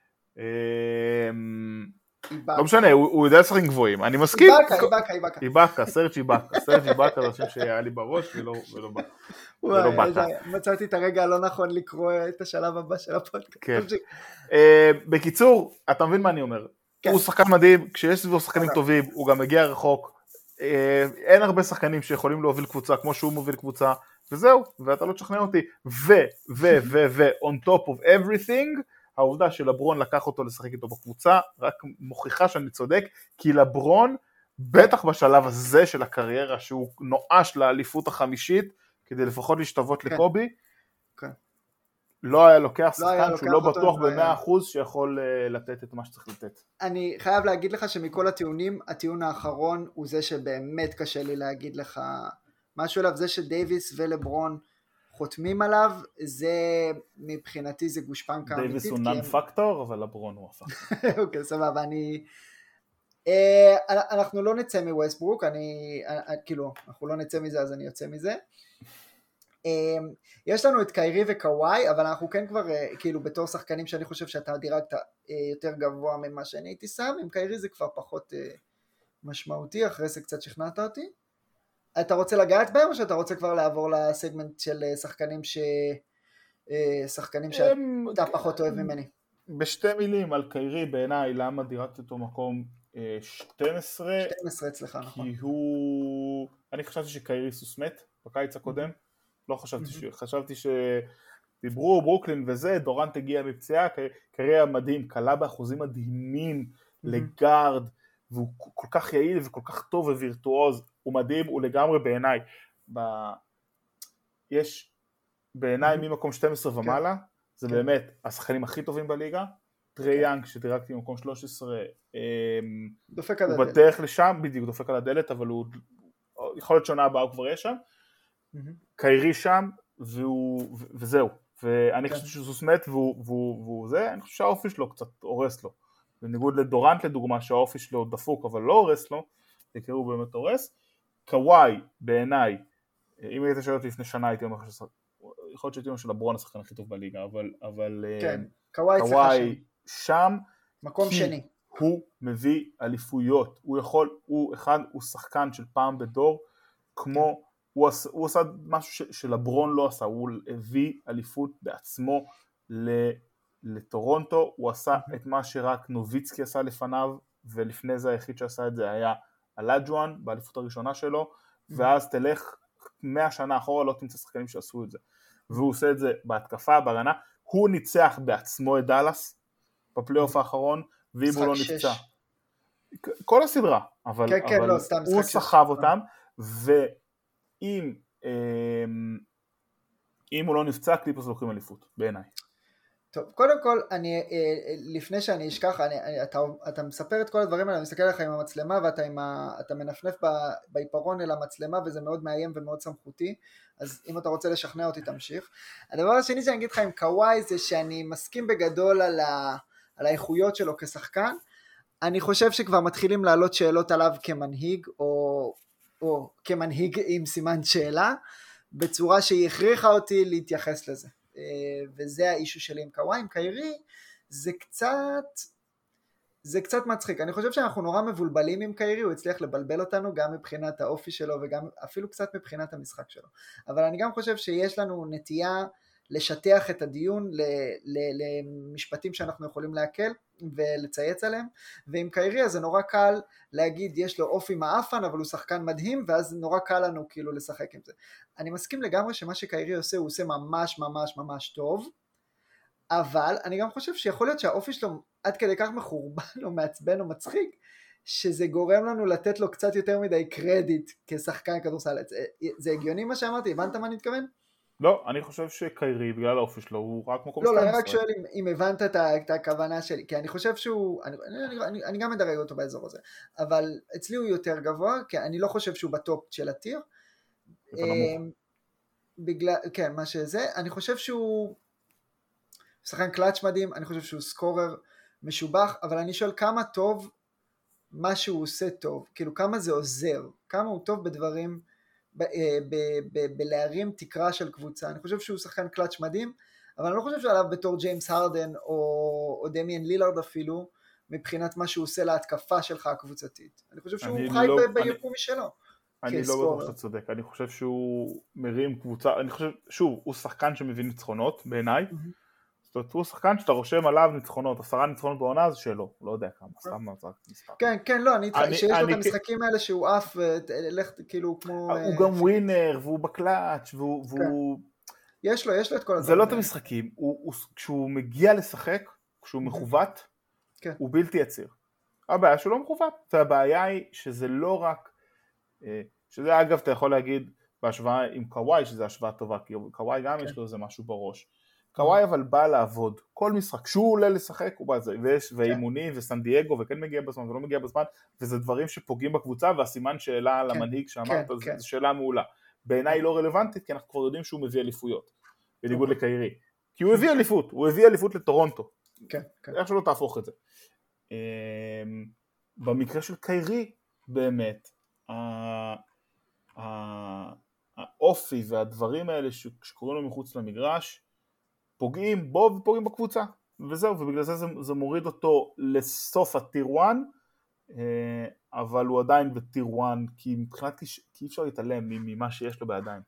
לא משנה, הוא יודע לשחק גבוהים, אני מסכים. איבאקה, איבאקה, איבאקה. איבאקה, סרצ' איבאקה, סרצ' איבאקה זה השם שהיה לי בראש ולא באקה. מצאתי את הרגע הלא נכון לקרוא את השלב הבא של הפודקאסט. בקיצור, אתה מבין מה אני אומר? הוא שחקן מדהים, כשיש סביבו שחקנים טובים, הוא גם מגיע רחוק, אין הרבה שחקנים שיכולים להוביל קבוצה כמו שהוא מוביל קבוצה, וזהו, ואתה לא תשכנע אותי. ו, ו, ו, ו, on top of everything, העובדה שלברון לקח אותו לשחק איתו בקבוצה, רק מוכיחה שאני צודק, כי לברון, בטח בשלב הזה של הקריירה, שהוא נואש לאליפות החמישית, כדי לפחות להשתוות לקובי, לא היה לוקח שחקן שהוא לא בטוח ב-מאה אחוז שיכול לתת את מה שצריך לתת. אני חייב להגיד לך שמכל הטיעונים, הטיעון האחרון הוא זה שבאמת קשה לי להגיד לך משהו עליו, זה שדייביס ולברון חותמים עליו, זה מבחינתי זה גושפנקה אמיתית. דייביס הוא נון פקטור, אבל לברון הוא הפקטור. אוקיי, סבבה, אני... אנחנו לא נצא מווסטברוק, אני... כאילו, אנחנו לא נצא מזה, אז אני יוצא מזה. יש לנו את קיירי וקוואי, אבל אנחנו כן כבר, כאילו בתור שחקנים שאני חושב שאתה דירגת יותר גבוה ממה שאני הייתי שם, עם קיירי זה כבר פחות משמעותי, אחרי זה קצת שכנעת אותי. אתה רוצה לגעת בהם, או שאתה רוצה כבר לעבור לסגמנט של שחקנים ש... שחקנים שאתה פחות אוהב ממני? בשתי מילים על קיירי בעיניי, למה דירקתי אותו מקום שתים עשרה? שתים עשרה אצלך, נכון. כי הוא... אני חשבתי שקיירי סוס מת בקיץ הקודם, לא חשבתי ש... חשבתי שדיברו ברוקלין וזה, דורנט הגיע מפציעה, קיירי היה מדהים, קלה באחוזים מדהימים לגארד, והוא כל כך יעיל וכל כך טוב ווירטואוז, הוא מדהים, הוא לגמרי בעיניי. ב... יש בעיניי ממקום שתים עשרה ומעלה, זה באמת השחקנים הכי טובים בליגה. טרי יאנג שדירקתי במקום שלוש עשרה, דופק על הוא הדלת. בדרך לשם, בדיוק דופק על הדלת, אבל הוא יכול להיות שונה הבאה, הוא כבר יש שם. קיירי שם, וזהו. ואני חושב שהוא סוס מת, והוא זה, אני חושב שהאופי שלו קצת הורס לו. בניגוד לדורנט לדוגמה, שהאופי שלו דפוק, אבל לא הורס לו, כי הוא באמת הורס. קוואי, בעיניי, אם היית שואל אותי לפני שנה, הייתי אומר לך יכול להיות שהייתי אומר של לברון השחקן הכי טוב בליגה, אבל, אבל כן, קוואי, קוואי שם, מקום שני. הוא מביא אליפויות, הוא יכול, הוא אחד, הוא שחקן של פעם בדור, כמו, הוא עשה, הוא עשה משהו ש, שלברון לא עשה, הוא הביא אליפות בעצמו לטורונטו, הוא עשה את מה שרק נוביצקי עשה לפניו, ולפני זה היחיד שעשה את זה היה אלאג'ואן, באליפות הראשונה שלו, ואז תלך מאה שנה אחורה, לא תמצא שחקנים שעשו את זה. והוא עושה את זה בהתקפה, בהגנה, הוא ניצח בעצמו את דלס בפלייאוף האחרון, ואם הוא לא נפצע. כל הסדרה, אבל, כן, כן, אבל לא, סתם הוא סחב אותם, ואם אם הוא לא נפצע, קליפרס לוקחים אליפות, בעיניי. טוב, קודם כל, אני, לפני שאני אשכח, אני, אתה, אתה מספר את כל הדברים האלה, אני מסתכל עליך עם המצלמה, ואתה עם ה, אתה מנפנף בעיפרון אל המצלמה, וזה מאוד מאיים ומאוד סמכותי, אז אם אתה רוצה לשכנע אותי, תמשיך. הדבר השני שאני אגיד לך עם קוואי, זה שאני מסכים בגדול על, ה, על האיכויות שלו כשחקן, אני חושב שכבר מתחילים לעלות שאלות עליו כמנהיג, או, או כמנהיג עם סימן שאלה, בצורה שהיא הכריחה אותי להתייחס לזה. וזה האישו שלי עם קוואי. עם קיירי זה קצת זה קצת מצחיק, אני חושב שאנחנו נורא מבולבלים עם קיירי, הוא הצליח לבלבל אותנו גם מבחינת האופי שלו וגם אפילו קצת מבחינת המשחק שלו, אבל אני גם חושב שיש לנו נטייה לשטח את הדיון למשפטים שאנחנו יכולים להקל ולצייץ עליהם, ועם קיירי אז זה נורא קל להגיד יש לו אופי מאפן אבל הוא שחקן מדהים, ואז נורא קל לנו כאילו לשחק עם זה. אני מסכים לגמרי שמה שקיירי עושה הוא עושה ממש ממש ממש טוב, אבל אני גם חושב שיכול להיות שהאופי שלו עד כדי כך מחורבן או מעצבן או מצחיק, שזה גורם לנו לתת לו קצת יותר מדי קרדיט כשחקן כדורסל. זה הגיוני מה שאמרתי? הבנת מה אני מתכוון? לא, אני חושב שקיירי בגלל האופי שלו הוא רק מקום לא, לא, אני רק שואל אם, אם הבנת את, את הכוונה שלי, כי אני חושב שהוא, אני, אני, אני, אני גם מדרג אותו באזור הזה, אבל אצלי הוא יותר גבוה, כי אני לא חושב שהוא בטופ של הטיר. בגלל, כן, מה שזה, אני חושב שהוא שחקן קלאץ' מדהים, אני חושב שהוא סקורר משובח, אבל אני שואל כמה טוב מה שהוא עושה טוב, כאילו כמה זה עוזר, כמה הוא טוב בדברים, בלהרים תקרה של קבוצה. אני חושב שהוא שחקן קלאץ' מדהים, אבל אני לא חושב שעליו בתור ג'יימס הרדן או, או דמיאן לילארד אפילו, מבחינת מה שהוא עושה להתקפה שלך הקבוצתית. אני חושב שהוא חי לא, ביקום משלו. אני לא בטוח שאתה צודק, אני חושב שהוא מרים קבוצה, אני חושב, שוב, הוא שחקן שמביא ניצחונות בעיניי, זאת אומרת, הוא שחקן שאתה רושם עליו ניצחונות, עשרה ניצחונות בעונה, זה שלו, לא יודע כמה, סתם מעצר מספר. כן, כן, לא, אני איתך, שיש לו את המשחקים האלה שהוא עף, ולך כאילו כמו... הוא גם ווינר, והוא בקלאץ', והוא... יש לו, יש לו את כל הדברים. זה לא את המשחקים, כשהוא מגיע לשחק, כשהוא מכוות, הוא בלתי יציר. הבעיה שהוא לא מכוות, והבעיה היא שזה לא רק, שזה אגב אתה יכול להגיד, בהשוואה עם קוואי, שזה השוואה טובה, כי קוואי גם יש לו איזה משהו בראש. קוואי אבל בא לעבוד, כל משחק, כשהוא עולה לשחק, הוא בא זה, ואימוני וסן דייגו, וכן מגיע בזמן ולא מגיע בזמן, וזה דברים שפוגעים בקבוצה, והסימן שאלה על המנהיג שאמרת, זו שאלה מעולה. בעיניי היא לא רלוונטית, כי אנחנו כבר יודעים שהוא מביא אליפויות, בניגוד לקיירי. כי הוא הביא אליפות, הוא הביא אליפות לטורונטו. איך שלא תהפוך את זה. במקרה של קיירי, באמת, האופי והדברים האלה שקוראים לו מחוץ למגרש, פוגעים בו ופוגעים בקבוצה, וזהו, ובגלל זה זה, זה מוריד אותו לסוף הטיר אחת, אבל הוא עדיין בטיר אחת, כי מבחינת, כי אפשר להתעלם ממה שיש לו בידיים.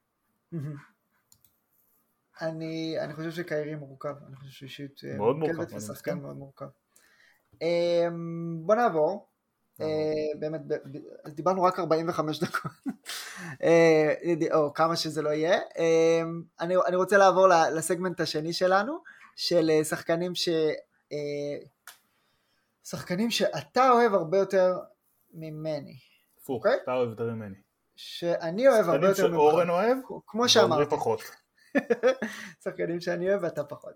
אני, אני חושב שקיירי מורכב, אני חושב שאישית מאוד מורכב, ושחקן מאוד מורכב. בוא נעבור, באמת, דיברנו רק ארבעים וחמש דקות, או כמה שזה לא יהיה. אני, אני רוצה לעבור לסגמנט השני שלנו, של שחקנים ש... שחקנים שאתה אוהב הרבה יותר ממני. פוק, אתה אוהב יותר ממני. שאני אוהב הרבה יותר ממך. שחקנים שאורן אוהב, כמו שאמרתי. פחות. שחקנים שאני אוהב ואתה פחות.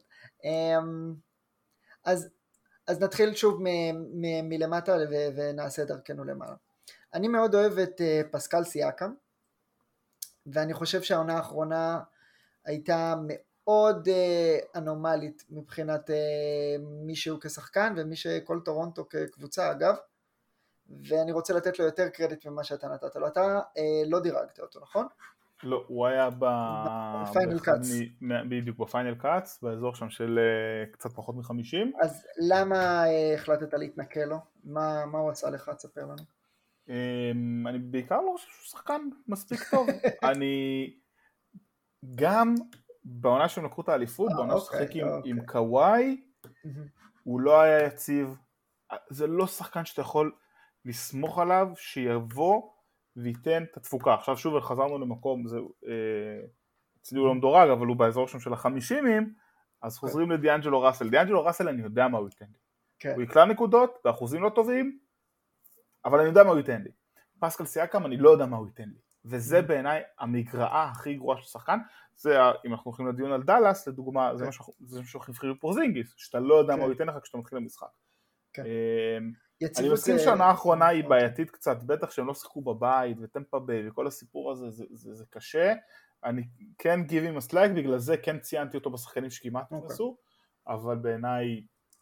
אז, אז נתחיל שוב מ- מ- מלמטה ו- ונעשה דרכנו למעלה. אני מאוד אוהב את פסקל סיאקם, ואני חושב שהעונה האחרונה הייתה מאוד אנומלית מבחינת מישהו כשחקן ומי שכל טורונטו כקבוצה אגב, ואני רוצה לתת לו יותר קרדיט ממה שאתה נתת לו. אתה לא דירגת אותו, נכון? לא, הוא היה בפיינל קאץ. בדיוק בפיינל קאץ, באזור שם של קצת פחות מ-חמישים. אז למה החלטת להתנקל לו? מה, מה הוא עשה לך? תספר לנו. אני בעיקר לא חושב שהוא שחקן מספיק טוב. אני גם בעונה שהם לקחו את האליפות, בעונה ששחק עם קוואי, הוא לא היה יציב. זה לא שחקן שאתה יכול לסמוך עליו שיבוא וייתן את התפוקה. עכשיו שוב חזרנו למקום, זה, אה, אצלי הוא לא מדורג, אבל הוא באזור שם של החמישימים, אז חוזרים okay. לדיאנג'לו ראסל. דיאנג'לו ראסל אני יודע מה הוא ייתן לי. Okay. הוא יקלע נקודות, באחוזים לא טובים, אבל אני יודע מה הוא ייתן לי. פסקל סיאקם אני לא יודע מה הוא ייתן לי. וזה mm-hmm. בעיניי המגרעה הכי גרועה של שחקן. זה, אם אנחנו הולכים לדיון על דלס, לדוגמה, okay. זה מה שאנחנו הולכים לפורזינגיס, שאתה לא יודע okay. מה הוא ייתן לך כשאתה מתחיל למשחק. Okay. אה, אני מסכים שהעונה האחרונה היא בעייתית קצת, בטח שהם לא שיחקו בבית וטמפה ביי וכל הסיפור הזה, זה, זה, זה קשה. אני כן give him a slack, בגלל זה כן ציינתי אותו בשחקנים שכמעט נכנסו, אבל בעיניי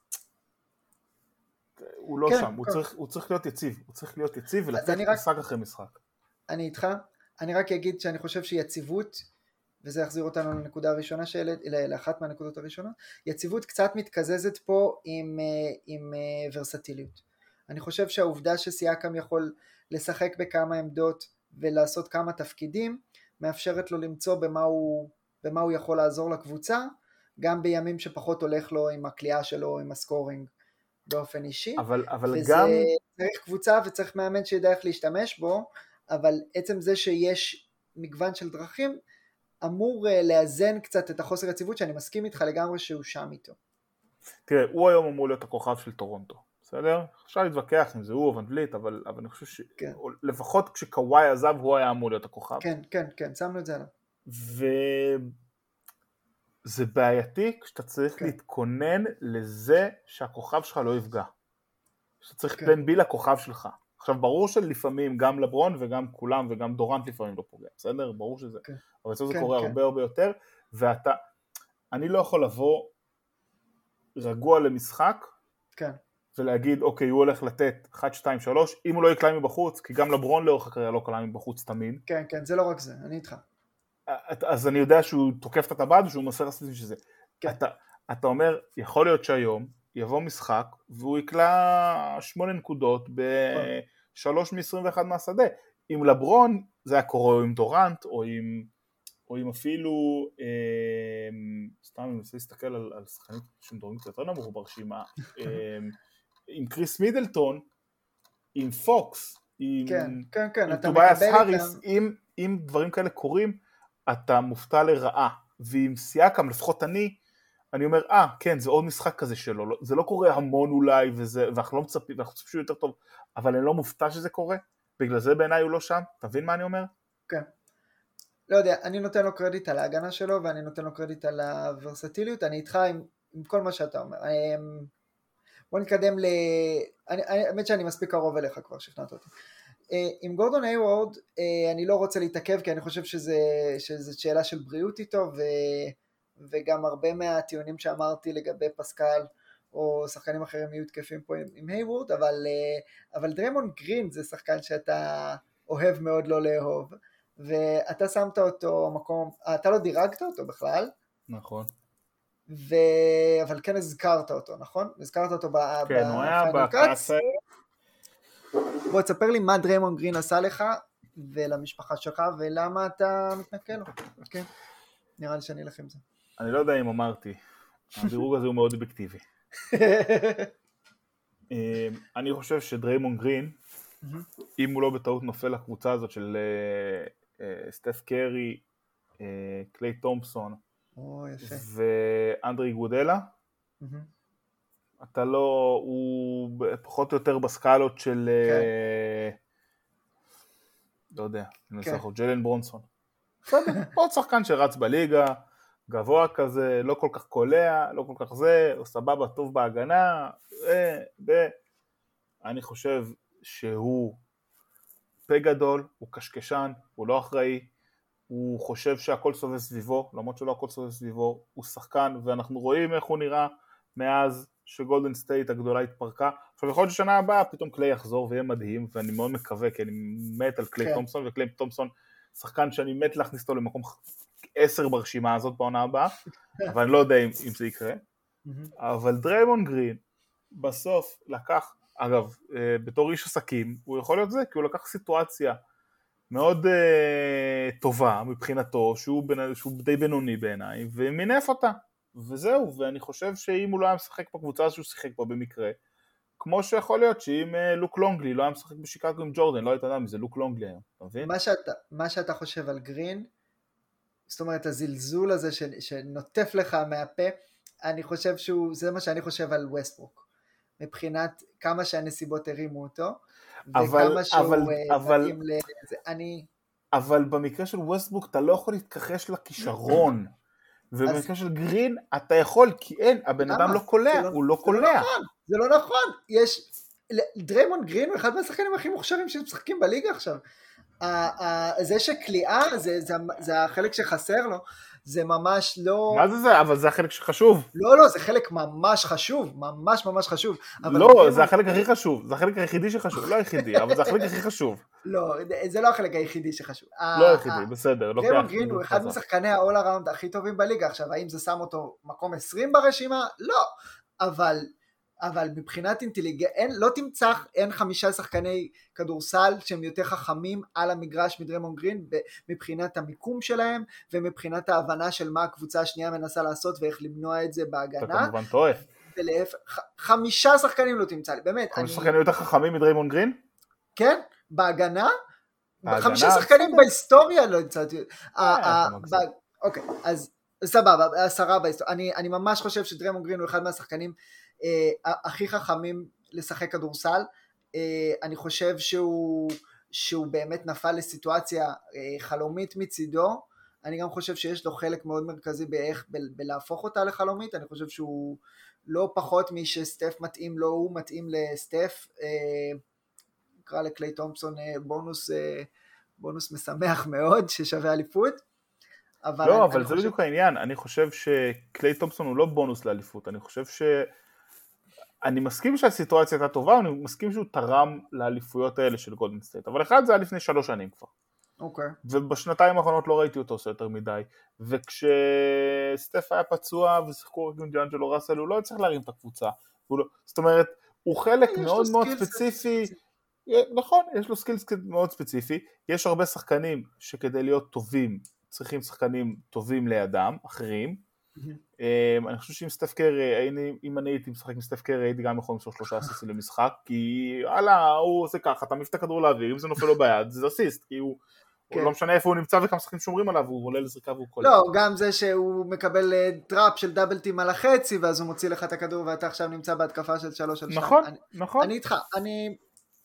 הוא לא שם, הוא צריך, הוא צריך להיות יציב, הוא צריך להיות יציב ולתת משחק אחרי משחק. אני איתך, אני רק אגיד שאני חושב שיציבות, וזה יחזיר אותנו לנקודה הראשונה, לאחת מהנקודות הראשונות, יציבות קצת מתקזזת פה עם, עם ורסטיליות. אני חושב שהעובדה שסיאקם יכול לשחק בכמה עמדות ולעשות כמה תפקידים, מאפשרת לו למצוא במה הוא, במה הוא יכול לעזור לקבוצה, גם בימים שפחות הולך לו עם הקליעה שלו, עם הסקורינג באופן אישי. אבל, אבל וזה גם... צריך קבוצה וצריך מאמן שידע איך להשתמש בו, אבל עצם זה שיש מגוון של דרכים, אמור לאזן קצת את החוסר יציבות, שאני מסכים איתך לגמרי שהוא שם איתו. תראה, הוא היום אמור להיות הכוכב של טורונטו. בסדר? אפשר להתווכח אם זה הוא או ון וליט, אבל, אבל אני חושב שלפחות כן. כשקוואי עזב הוא היה אמור להיות הכוכב. כן, כן, כן, שמנו את זה עליו. וזה בעייתי כשאתה צריך כן. להתכונן לזה שהכוכב שלך לא יפגע. שאתה צריך כן. בן בי לכוכב שלך. עכשיו ברור שלפעמים גם לברון וגם כולם וגם דורנט לפעמים לא פוגע, בסדר? ברור שזה. כן. אבל זה כן, קורה כן. הרבה הרבה יותר, ואתה, אני לא יכול לבוא רגוע למשחק, כן. ולהגיד, אוקיי, הוא הולך לתת אחת, שתיים, שלוש, אם הוא לא יקלע מבחוץ, כי גם לברון לאורך הקריירה לא קלע מבחוץ תמיד. כן, כן, זה לא רק זה, אני איתך. אז אני יודע שהוא תוקף את הטבעת, ושהוא מוסר עשיתי שזה. כן. אתה, אתה אומר, יכול להיות שהיום יבוא משחק, והוא יקלע שמונה נקודות בשלוש מ-עשרים ואחת מהשדה. עם לברון, זה היה קורה, או עם דורנט, או עם, או עם אפילו, אה, סתם אני מנסה להסתכל על, על שחקנים שמדורים קצת יותר נמוך ברשימה, אה, עם קריס מידלטון, עם פוקס, עם, כן, כן, כן, עם טובייס האריס, אם, אם דברים כאלה קורים, אתה מופתע לרעה, ועם סיאקם, לפחות אני, אני אומר, אה, כן, זה עוד משחק כזה שלו, זה לא קורה המון אולי, וזה, ואנחנו לא מצפים, ואנחנו מצפים שהוא יותר טוב, אבל אני לא מופתע שזה קורה, בגלל זה בעיניי הוא לא שם, תבין מה אני אומר? כן. לא יודע, אני נותן לו קרדיט על ההגנה שלו, ואני נותן לו קרדיט על הוורסטיליות, אני איתך עם, עם כל מה שאתה אומר. בוא נתקדם ל... האמת שאני מספיק קרוב אליך כבר, שכנעת אותי. עם גורדון היוורד, אני לא רוצה להתעכב, כי אני חושב שזה, שזה שאלה של בריאות איתו, ו... וגם הרבה מהטיעונים שאמרתי לגבי פסקל, או שחקנים אחרים יהיו תקפים פה עם, עם היוורד, אבל, אבל דריימונד גרין זה שחקן שאתה אוהב מאוד לא לאהוב, ואתה שמת אותו מקום, אתה לא דירגת אותו בכלל. נכון. ו... אבל כן הזכרת אותו, נכון? הזכרת אותו בפיינל כן, הוא היה בקאץ. בוא תספר לי מה דריימונד גרין עשה לך ולמשפחה שלך, ולמה אתה מתנקה לו. כן, נראה לי שאני אלך עם זה. אני לא יודע אם אמרתי, הדירוג הזה הוא מאוד אובייקטיבי. אני חושב שדריימונד גרין, אם הוא לא בטעות נופל לקבוצה הזאת של סטף קרי, קליי תומפסון ואנדרי גודלה, אתה לא, הוא פחות או יותר בסקלות של, לא יודע, ג'לן ברונסון. עוד שחקן שרץ בליגה, גבוה כזה, לא כל כך קולע, לא כל כך זה, הוא סבבה, טוב בהגנה, אני חושב שהוא פה גדול, הוא קשקשן, הוא לא אחראי, הוא חושב שהכל סובב סביבו, למרות שלא הכל סובב סביבו, הוא שחקן, ואנחנו רואים איך הוא נראה מאז שגולדן סטייט הגדולה התפרקה. עכשיו יכול להיות ששנה הבאה פתאום קליי יחזור ויהיה מדהים, ואני מאוד מקווה, כי אני מת על קליי תומפסון, וקליי תומפסון שחקן שאני מת להכניס אותו למקום עשר ברשימה הזאת בעונה הבאה, אבל אני לא יודע אם, אם זה יקרה. אבל דריימונד גרין בסוף לקח, אגב, בתור איש עסקים, הוא יכול להיות זה, כי הוא לקח סיטואציה מאוד uh, טובה מבחינתו, שהוא, בין, שהוא די בינוני בעיניי, ומינף אותה, וזהו, ואני חושב שאם הוא לא היה משחק בקבוצה שהוא שיחק פה במקרה, כמו שיכול להיות שאם uh, לוק לונגלי לא היה משחק בשיקגו עם ג'ורדן, לא היית יודע מזה, לוק לונגלי היום, אתה מבין? מה שאתה, מה שאתה חושב על גרין, זאת אומרת, הזלזול הזה ש, שנוטף לך מהפה, אני חושב שהוא, זה מה שאני חושב על ווסטברוק, מבחינת כמה שהנסיבות הרימו אותו, אבל, וכמה שהוא אבל, uh, אבל, מתאים לזה, אני... אבל במקרה של ווסטברוק אתה לא יכול להתכחש לכישרון, ובמקרה של גרין אתה יכול, כי אין, הבן אדם לא קולע, הוא לא קולע. זה לא נכון, יש, דריימונד גרין הוא אחד מהשחקנים הכי מוכשרים שמשחקים בליגה עכשיו, זה שקליעה, זה החלק שחסר לו, זה ממש לא... מה זה זה? אבל זה החלק שחשוב. לא, לא, זה חלק ממש חשוב, ממש ממש חשוב. לא, זה החלק הכי חשוב, זה החלק היחידי שחשוב, לא היחידי, אבל זה החלק הכי חשוב. לא, זה לא החלק היחידי שחשוב. לא היחידי, בסדר. דריימונד גרין הוא אחד משחקני ה-all around הכי טובים בליגה, עכשיו, האם זה שם אותו מקום עשרים ברשימה? לא, אבל... אבל מבחינת אינטליגנט, לא תמצא, אין חמישה שחקני כדורסל שהם יותר חכמים על המגרש מדריימונד גרין, מבחינת המיקום שלהם, ומבחינת ההבנה של מה הקבוצה השנייה מנסה לעשות, ואיך למנוע את זה בהגנה. אתה כמובן טועה. ולהפך, חמישה שחקנים לא תמצא לי, באמת. חמישה שחקנים יותר חכמים מדריימונד גרין? כן, בהגנה. חמישה שחקנים בהיסטוריה לא תמצאתי. אוקיי, אז סבבה, עשרה בהיסטוריה. אני ממש חושב שדריימונד גרין הוא אחד מהשחקנים Uh, הכי חכמים לשחק כדורסל, uh, אני חושב שהוא, שהוא באמת נפל לסיטואציה uh, חלומית מצידו, אני גם חושב שיש לו חלק מאוד מרכזי באיך ב- בלהפוך אותה לחלומית, אני חושב שהוא לא פחות משסטף מתאים לו, הוא מתאים לסטף, uh, נקרא לקליי תומפסון uh, בונוס, uh, בונוס משמח מאוד ששווה אליפות, אבל לא, אבל זה חושב... בדיוק העניין, אני חושב שקליי תומפסון הוא לא בונוס לאליפות, אני חושב ש... אני מסכים שהסיטואציה הייתה טובה, אני מסכים שהוא תרם לאליפויות האלה של גולדן סטייט, אבל אחד זה היה לפני שלוש שנים כבר. אוקיי. ובשנתיים האחרונות לא ראיתי אותו עושה יותר מדי, וכשסטף היה פצוע ושיחקו רק עם ג'אנג'לו ראסל, הוא לא צריך להרים את הקבוצה. לא... זאת אומרת, הוא חלק מאוד מאוד ספציפי, נכון, יש לו סקילס מאוד ספציפי, יש הרבה שחקנים שכדי להיות טובים, צריכים שחקנים טובים לידם, אחרים, אני חושב שאם סטף קרי, אם אני הייתי משחק עם סטף קרי, הייתי גם יכול למסור שלושה אסיסטים למשחק, כי הלאה, הוא עושה ככה, אתה מפתח כדור לאוויר, אם זה נופל לו ביד, זה אסיסט, כי הוא לא משנה איפה הוא נמצא וכמה שחקים שומרים עליו, הוא עולה לזריקה והוא קולע. לא, גם זה שהוא מקבל טראפ של דאבלטים על החצי, ואז הוא מוציא לך את הכדור, ואתה עכשיו נמצא בהתקפה של שלוש על שתיים. נכון, נכון. אני איתך, אני...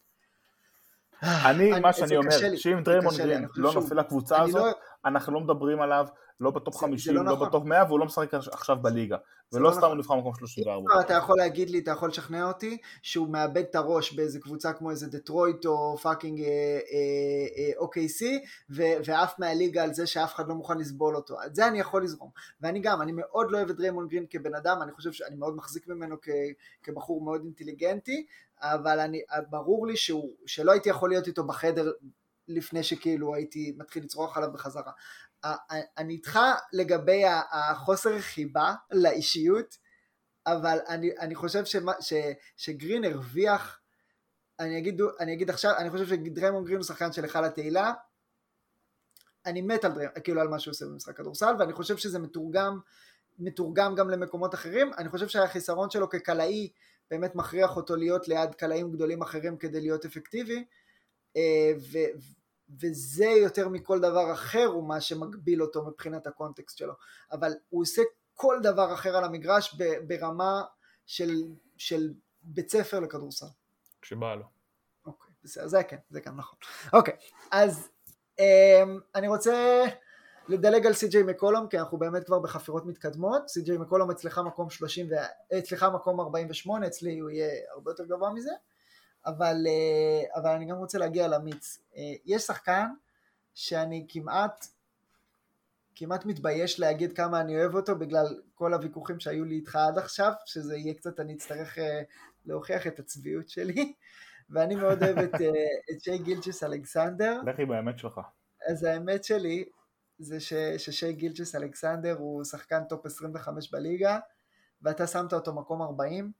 אני, מה שאני אומר, שאם דריימונד גרין לא נופל לקבוצה הזאת, אנחנו לא מדברים עליו, לא בטופ חמישים, לא בטופ מאה, והוא לא משחק עכשיו בליגה, ולא סתם הוא נבחר מקום שלושים וארבע. אתה יכול להגיד לי, אתה יכול לשכנע אותי, שהוא מאבד את הראש באיזה קבוצה כמו איזה דטרויט או פאקינג או קיי סי, ואף מהליגה על זה שאף אחד לא מוכן לסבול אותו. את זה אני יכול לזרום. ואני גם, אני מאוד לא אוהב את דריימונד גרין כבן אדם, אני חושב שאני מאוד מחזיק ממנו כבחור מאוד אינטליגנטי, אבל אני, ברור לי שהוא, שלא הייתי יכול להיות איתו בחדר לפני שכאילו הייתי מתחיל לצרוח עליו בחזרה. אני איתך לגבי החוסר חיבה לאישיות, אבל אני, אני חושב שמה, ש, שגרין הרוויח, אני אגיד, אני אגיד עכשיו, אני חושב שדריימונד גרין הוא שחקן של אחד לתהילה, אני מת על דריימונד, כאילו על מה שהוא עושה במשחק כדורסל, ואני חושב שזה מתורגם, מתורגם גם למקומות אחרים. אני חושב שהחיסרון שלו כקלעי באמת מכריח אותו להיות ליד קלעים גדולים אחרים כדי להיות אפקטיבי, ו, וזה יותר מכל דבר אחר הוא מה שמגביל אותו מבחינת הקונטקסט שלו, אבל הוא עושה כל דבר אחר על המגרש ברמה של, של בית ספר לכדורסל. כשבא לו. אוקיי, בסדר, זה כן, זה כן, נכון. אוקיי, אז אמ, אני רוצה לדלג על סי.ג'יי מקולום, כי אנחנו באמת כבר בחפירות מתקדמות. סי.ג'יי מקולום אצלך מקום שלושים, אצלך מקום ארבעים ושמונה, אצלי הוא יהיה הרבה יותר גבוה מזה, אבל, אבל אני גם רוצה להגיע למיץ. יש שחקן שאני כמעט, כמעט מתבייש להגיד כמה אני אוהב אותו, בגלל כל הוויכוחים שהיו לי איתך עד עכשיו, שזה יהיה קצת, אני אצטרך להוכיח את הצביעות שלי, ואני מאוד אוהב את, את שי גילג'ס אלכסנדר. לכי באמת שלך. אז האמת שלי, זה ש, ששי גילג'ס אלכסנדר הוא שחקן טופ עשרים וחמש בליגה, ואתה שמת אותו מקום ארבעים,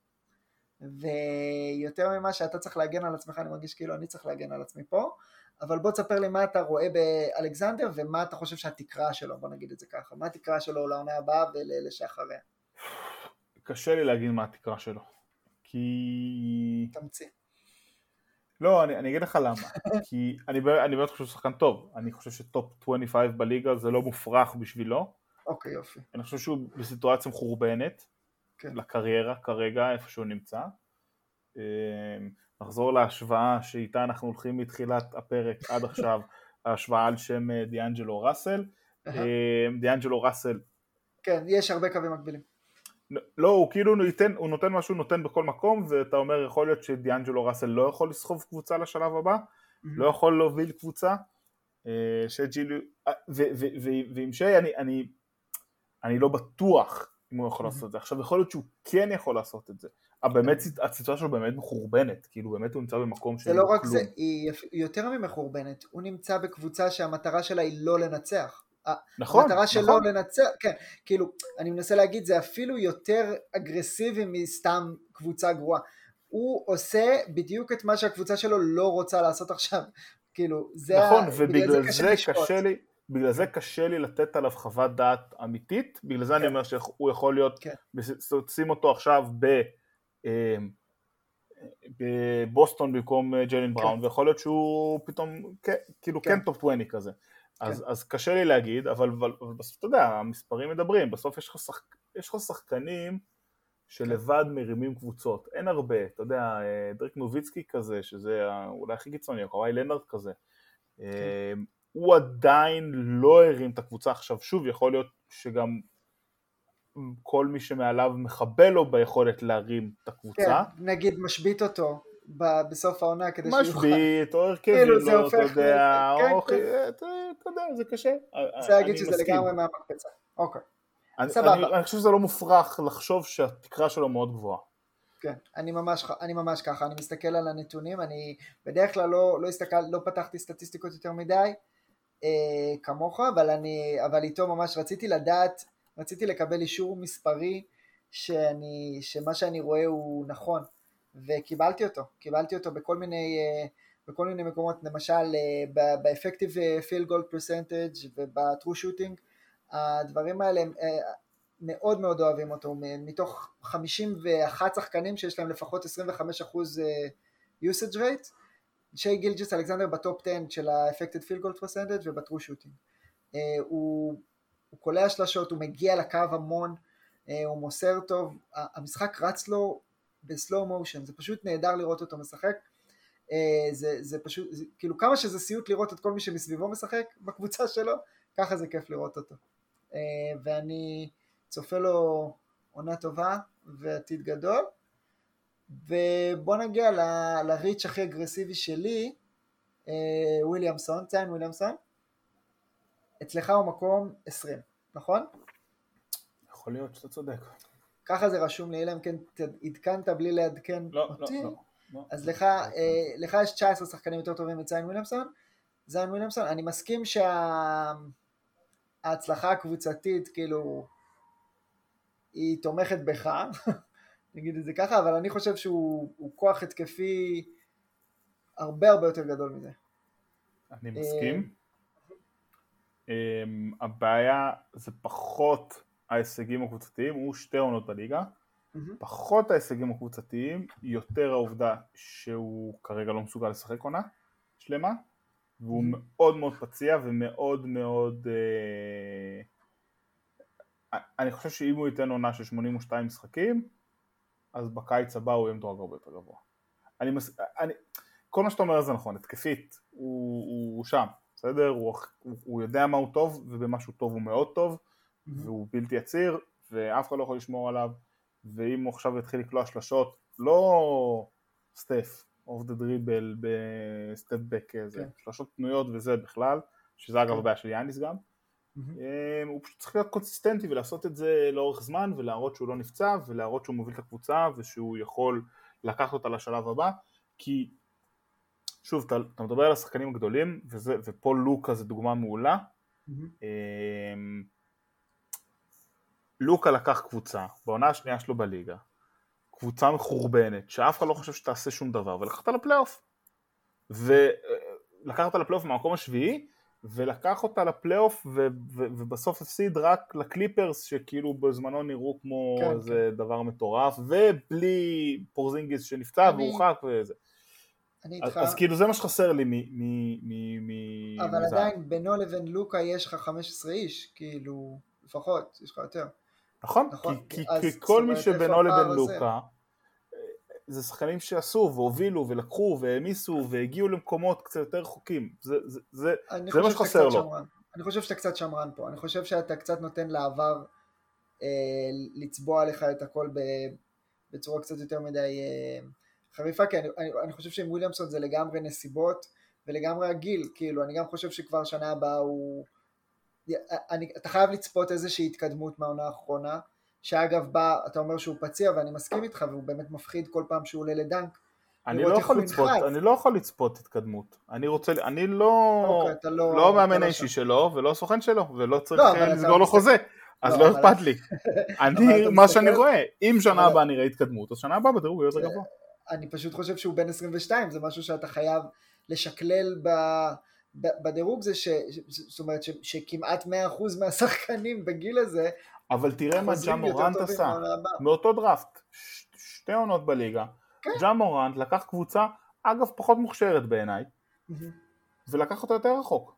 ויותר ממה שאתה צריך להגן על עצמך, אני מרגיש כאילו אני צריך להגן על עצמי פה, אבל בוא תספר לי מה אתה רואה באלכסנדר, ומה אתה חושב שהתקרה שלו, בוא נגיד את זה ככה, מה התקרה שלו לעונה הבאה ולאלה שאחריה? קשה לי להגיד מה התקרה שלו, כי... תמציא. לא, אני, אני אגיד לך למה, כי אני, אני באמת חושב ששחקן טוב, אני חושב שטופ עשרים וחמש בליגה זה לא מופרך בשבילו. אוקיי, יופי. אני חושב שהוא בסיטואציה מחורבנת, כן. לקריירה כרגע, איפה שהוא נמצא. נחזור להשוואה שאיתה אנחנו הולכים מתחילת הפרק עד עכשיו, ההשוואה על שם דיאנג'לו ראסל. דיאנג'לו ראסל... כן, יש הרבה קווים מקבילים. לא, הוא כאילו נותן, הוא נותן משהו, נותן בכל מקום, ואתה אומר, יכול להיות שדיאנג'לו ראסל לא יכול לסחוב קבוצה לשלב הבא, לא יכול להוביל קבוצה, ועם שי, אני, אני, אני לא בטוח אם הוא יכול לעשות את זה. עכשיו, יכול להיות שהוא כן יכול לעשות את זה, אבל באמת, הסיטואציה שלו באמת מחורבנת, כאילו באמת הוא נמצא במקום זה לא רק זה, היא יותר ממחורבנת, הוא נמצא בקבוצה שהמטרה שלה היא לא לנצח. נכון, המטרה שלו נכון. לנצח, כן, כאילו, אני מנסה להגיד, זה אפילו יותר אגרסיבי מסתם קבוצה גרועה. הוא עושה בדיוק את מה שהקבוצה שלו לא רוצה לעשות עכשיו. כאילו, זה נכון, ה... ובגלל זה, זה קשה לי, בגלל זה קשה לי לתת עליו חוות דעת אמיתית, בגלל זה כן. אני אומר שהוא יכול להיות, כן. שים אותו עכשיו ב... בבוסטון במקום ג'יילן בראון, כן. ויכול להיות שהוא פתאום, כאילו כן, כן טופ עשרים כזה. אז, אז קשה לי להגיד, אבל, אבל, אבל בסוף אתה יודע, המספרים מדברים, בסוף יש לך, שחק, יש לך שחקנים שלבד מרימים קבוצות, אין הרבה, אתה יודע, דריק נוביצקי כזה, שזה אולי הכי קיצוני, קוואי לנארד כזה, הוא עדיין לא הרים את הקבוצה. עכשיו שוב, יכול להיות שגם כל מי שמעליו מחבל לו ביכולת להרים את הקבוצה. כן, נגיד משבית אותו. בסוף העונה כדי שהוא יוכל. משבית, או הרכבי לו, אתה יודע, אתה יודע, זה קשה. זה להגיד שזה לגמרי מהמקפצה. אוקיי. אני חושב שזה לא מופרך לחשוב שהתקרה שלו מאוד גבוהה. כן, אני ממש ככה, אני מסתכל על הנתונים, אני בדרך כלל לא הסתכל, לא פתחתי סטטיסטיקות יותר מדי, כמוך, אבל איתו ממש רציתי לדעת, רציתי לקבל אישור מספרי, שמה שאני רואה הוא נכון. וקיבלתי אותו, קיבלתי אותו בכל מיני, בכל מיני מקומות, למשל ב-effective field goal percentage וב-true shooting, הדברים האלה מאוד מאוד אוהבים אותו, מתוך חמישים ואחד שחקנים שיש להם לפחות עשרים וחמישה אחוז usage rate, שי גילג'ס אלכסנדר בטופ עשר של ה-effective field goal percentage וב-true shooting, הוא, הוא קולע שלשות, הוא מגיע לקו המון, הוא מוסר טוב, המשחק רץ לו, בסלואו מושן, זה פשוט נהדר לראות אותו משחק, זה, זה פשוט, זה, כאילו כמה שזה סיוט לראות את כל מי שמסביבו משחק בקבוצה שלו, ככה זה כיף לראות אותו, ואני צופה לו עונה טובה ועתיד גדול, ובוא נגיע ל, לריץ' הכי אגרסיבי שלי, וויליאמסון, ציין וויליאמסון, אצלך הוא מקום עשרים, נכון? יכול להיות שאתה צודק. ככה זה רשום לי, אלא אם כן עדכנת בלי לעדכן לא, אותי, לא, לא, לא. אז לך, אה, לך יש תשע עשרה שחקנים יותר טובים מציין וויליאמסון, זיין וויליאמסון, אני מסכים שההצלחה הקבוצתית, כאילו, היא תומכת בך, נגיד את זה ככה, אבל אני חושב שהוא כוח התקפי הרבה הרבה יותר גדול מזה. אני מסכים. הבעיה זה פחות ההישגים הקבוצתיים, הוא שתי עונות בליגה, פחות ההישגים הקבוצתיים, יותר העובדה שהוא כרגע לא מסוגל לשחק עונה שלמה, והוא מאוד מאוד פציע ומאוד מאוד, אני חושב שאם הוא ייתן עונה של שמונים ושתיים משחקים, אז בקיץ הבא הוא יהיה מדורג הרבה יותר גבוה. אני, אני, כל מה שאתה אומר זה נכון, התקפית, הוא, הוא, הוא שם, בסדר? הוא, הוא, הוא יודע מה הוא טוב, ובמשהו טוב הוא מאוד טוב, mm-hmm. והוא בלתי יציר, ואף אחד לא יכול לשמור עליו, ואם הוא עכשיו יתחיל לקלוע שלשות, לא סטף, אוף דה דריבל, בסטף בק, okay. שלשות פנויות וזה בכלל, שזה אגב okay. הבעיה של יאניס גם, mm-hmm. הוא פשוט צריך להיות קונסיסטנטי, ולעשות את זה לאורך זמן, ולהראות שהוא לא נפצע, ולהראות שהוא מוביל את הקבוצה, ושהוא יכול לקחת אותה לשלב הבא, כי שוב, אתה, אתה מדבר על השחקנים הגדולים, וזה, ופה לוקה זה דוגמה מעולה. Mm-hmm. לוקה לקח קבוצה, בעונה השנייה שלו בליגה, קבוצה מחורבנת, שאף אחד לא חושב שתעשה שום דבר, ולקחת לפלייאוף. ולקח אותה לפלייאוף מהמקום השביעי, ולקח אותה לפלייאוף, ו- ו- ובסוף הפסיד רק לקליפרס, שכאילו בזמנו נראו כמו כן, איזה כן. דבר מטורף, ובלי פורזינגיס שנפצע אני... והורחק וזה. אז, אז כאילו זה מה שחסר לי מ... מ, מ, מ אבל מזל. עדיין בינו לבין לוקה יש לך חמש עשרה איש, כאילו לפחות, יש לך יותר. נכון, נכון? כי, כי, כי כל מי שבינו לבין לוקה, זה שחקנים שעשו והובילו ולקחו והמיסו והגיעו למקומות קצת יותר רחוקים, זה, זה, זה, זה מה שחסר לו. שמרן. אני חושב שאתה קצת שמרן פה, אני חושב שאתה קצת נותן לעבר אה, לצבוע לך את הכל ב, בצורה קצת יותר מדי... אה, חריפה, כי אני, אני, אני חושב שעם וויליאמסון זה לגמרי נסיבות ולגמרי הגיל, כאילו אני גם חושב שכבר שנה הבאה הוא, אני, אתה חייב לצפות איזושהי התקדמות מהעונה האחרונה, שאגב בא, אתה אומר שהוא פציע ואני מסכים איתך, והוא באמת מפחיד כל פעם שהוא עולה לדנק, אני לא יכול לצפות, אני לא יכול לצפות התקדמות, אני רוצה, אני לא, אוקיי, לא, לא מאמן אישי שלו ולא סוכן שלו, ולא צריך לסגור לו חוזה, אז לא אכפת לי, אני, מה שאני רואה, אם שנה הבאה נראה התקדמות, אז שנה הבאה בדירוג יהיה יותר גבוה. אני פשוט חושב שהוא בן עשרים ושתיים, זה משהו שאתה חייב לשקלל ב, ב, בדירוג, זה ש, זאת אומרת ש, שכמעט מאה אחוז מהשחקנים בגיל הזה, אבל תראה מה ג'ה מורנט עשה, מאותו דראפט, ש, שתי עונות בליגה, כן. ג'ה מורנט לקח קבוצה, אגב פחות מוכשרת בעיניי, mm-hmm. ולקח אותה יותר רחוק,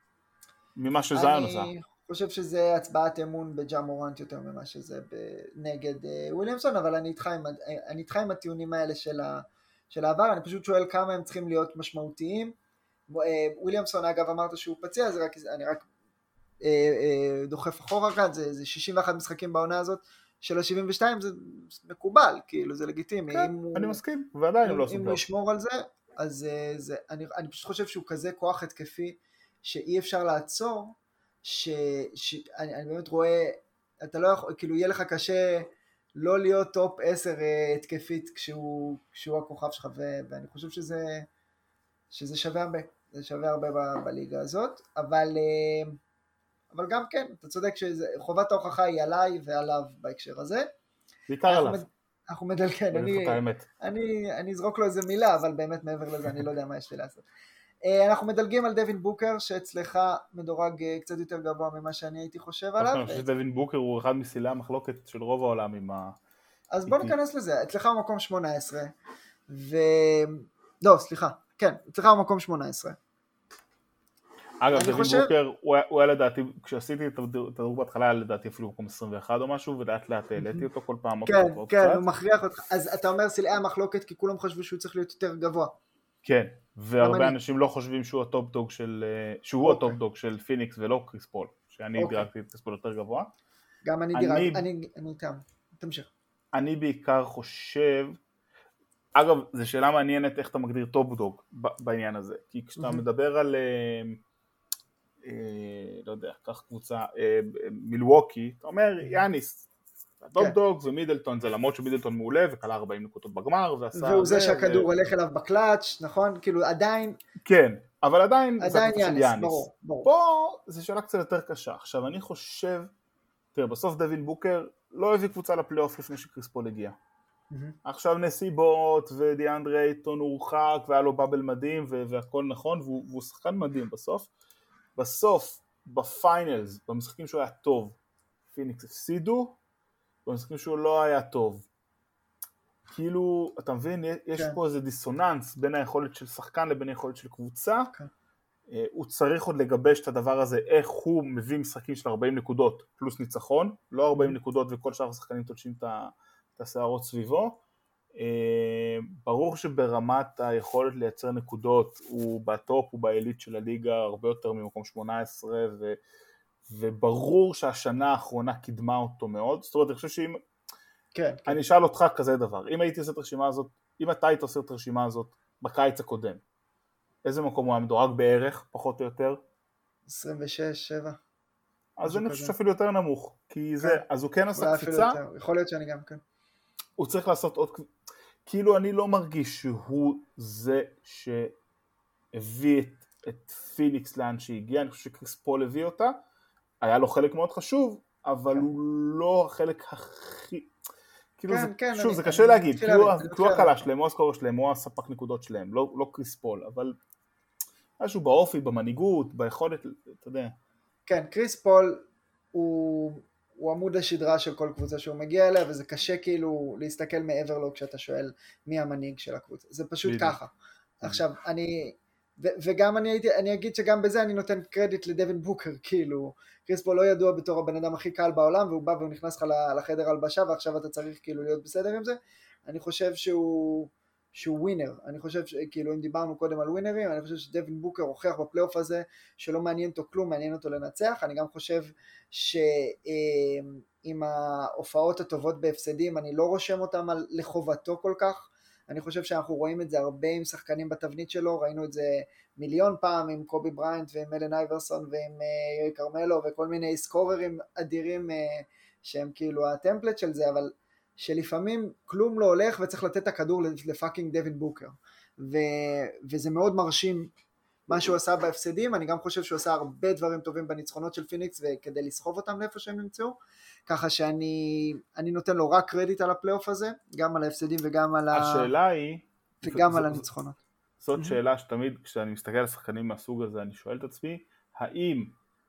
ממה שזיין עושה. אני חושב שזה הצבעת אמון בג'ה מורנט יותר ממה שזה נגד וויליאמסון, אבל אני איתך עם, אני איתך עם הטיעונים האלה של, ה, של העבר, אני פשוט שואל כמה הם צריכים להיות משמעותיים. וויליאמסון אגב אמרת שהוא פציע, זה רק, אני רק אה, אה, דוחף אחורה כאן, זה, זה שישים ואחת משחקים בעונה הזאת, של ה-שבעים ושתיים זה מקובל, כאילו זה לגיטימי. כן, אני הוא, מסכים, ועדיין אם, לא אם הוא ישמור על זה, אז זה, אני, אני פשוט חושב שהוא כזה כוח התקפי, שאי אפשר לעצור, שאני אני באמת רואה, אתה לא יכול, כאילו יהיה לך קשה לא להיות טופ עשר התקפית כשהוא, כשהוא הכוכב שלך, ו, ואני חושב שזה, שזה שווה הרבה, זה שווה הרבה ב, בליגה הזאת, אבל, אבל גם כן, אתה צודק שחובת ההוכחה היא עליי ועליו בהקשר הזה. בעיקר עליו. מד, אנחנו מדלקן, אני, אני, אני אזרוק לו איזה מילה, אבל באמת מעבר לזה אני לא יודע מה יש לי לעשות. אנחנו מדלגים על דווין בוקר, שאצלך מדורג קצת יותר גבוה ממה שאני הייתי חושב עליו. אני חושב שדווין בוקר הוא אחד מסילי המחלוקת של רוב העולם עם ה... אז בוא ניכנס לזה, אצלך הוא מקום שמונה עשרה, ו... לא, סליחה, כן, אצלך הוא מקום שמונה עשרה. אגב, דווין בוקר, הוא היה לדעתי, כשעשיתי את הדירוג בהתחלה, היה לדעתי אפילו מקום עשרים ואחת או משהו, ולאט לאט העליתי אותו כל פעם. כן, כן, הוא מכריח אותך. אז אתה אומר סילי המחלוקת, כי כולם חשבו שהוא צריך להיות יותר גבוה. כן, והרבה אנשים לא חושבים שהוא הטופ דוג של, שהוא הטופ דוג של פיניקס ולא קריס פול, שאני דירקתי את קריס פול יותר גבוה. גם אני דירקתי, אני איתם, תמשיך. אני בעיקר חושב, אגב, זו שאלה מעניינת איך אתה מגדיר טופ דוג בעניין הזה, כי כשאתה מדבר על, לא יודע, כך קבוצה, מילווקי, אתה אומר יאניס, הטופ דוג, ומידלטון זה למרות שמידלטון מעולה, וקלה ארבעים נקודות בגמר, והוא זה שהכדור הולך אליו בקלאץ', נכון? כאילו עדיין... כן, אבל עדיין, עדיין יאניס, ברור, ברור. פה זה שאלה קצת יותר קשה. עכשיו אני חושב, תראה, בסוף דווין בוקר לא הביא קבוצה לפלייאוף לפני שקריס פול הגיע. עכשיו נסיבות ודיאנדרי אייטון הורחק והיה לו בבל מדהים והכל נכון, והוא שחקן מדהים בסוף. בסוף, בפיינלס, במשחקים שהוא היה טוב, פיניקס הפסידו, במשחקים שהוא לא היה טוב. כאילו, אתה מבין, יש פה איזה דיסוננס בין היכולת של שחקן לבין היכולת של קבוצה. הוא צריך עוד לגבש את הדבר הזה, איך הוא מביא משחקים של ארבעים נקודות פלוס ניצחון, לא ארבעים נקודות וכל שאר השחקנים תולשים את השערות סביבו. ברור שברמת היכולת לייצר נקודות, הוא בטופ, הוא בעילית של הליגה הרבה יותר ממקום שמונה עשרה, ו... וברור שהשנה האחרונה קידמה אותו מאוד. זאת אומרת, אני חושב שאם... כן, כן. אני אשאל אותך כזה דבר, אם הייתי עושה את הרשימה הזאת, אם אתה היית עושה את הרשימה הזאת בקיץ הקודם, איזה מקום הוא היה מדורג בערך, פחות או יותר? עשרים ושש, שבע. אז אני חושב שאפילו יותר נמוך, כי זה, אז הוא כן עשה קפיצה. יכול להיות שאני גם כן. הוא צריך לעשות עוד, כאילו אני לא מרגיש שהוא זה שהביא את, את פיניקס לאן שהגיע, אני חושב שקריס פול הביא אותה, היה לו חלק מאוד חשוב, אבל כן. הוא לא החלק הכי... כאילו כן, זה, כן, שוב, אני, זה אני, קשה אני להגיד, כי הוא הקלה להבין. שלהם, הוא הסקורר שלהם, הוא הספק נקודות שלהם, לא, לא קריס פול, אבל משהו באופי, במנהיגות, ביכולת, אתה יודע. כן, קריס פול הוא, הוא עמוד השדרה של כל קבוצה שהוא מגיע אליה, וזה קשה כאילו להסתכל מעבר לו כשאתה שואל מי המנהיג של הקבוצה, זה פשוט בדיוק. ככה. עכשיו, אני, ו, וגם אני, הייתי, אני אגיד שגם בזה אני נותן קרדיט לדווין בוקר, כאילו, קריס פול לא ידוע בתור הבן אדם הכי קל בעולם, והוא בא והוא נכנס לך לחדר הלבשה, ועכשיו אתה צריך כאילו להיות בסדר עם זה. אני חושב שהוא, שהוא ווינר, אני חושב שכאילו אם דיברנו קודם על ווינרים, אני חושב שדווין בוקר הוכיח בפלייאוף הזה, שלא מעניין אותו כלום, מעניין אותו לנצח. אני גם חושב שעם ההופעות הטובות בהפסדים, אני לא רושם אותם על לחובתו כל כך, אני חושב שאנחנו רואים את זה הרבה עם שחקנים בתבנית שלו, ראינו את זה מיליון פעם עם קובי בריינט ועם אלן אייברסון ועם ירי קרמלו וכל מיני סקוררים אדירים שהם כאילו הטמפלט של זה, אבל שלפעמים כלום לא הולך וצריך לתת את הכדור לפאקינג דווין בוקר, ו... וזה מאוד מרשים מה שהוא עשה בהפסדים. אני גם חושב שהוא עשה הרבה דברים טובים בניצחונות של פיניקס וכדי לסחוב אותם לאיפה שהם נמצאו, ככה שאני אני נותן לו רק קרדיט על הפלייאוף הזה, גם על ההפסדים וגם על השאלה ה... היא וגם ז... על הניצחונות. זאת שאלה שתמיד כשאני מסתכל על שחקנים מהסוג הזה אני שואל את עצמי, האם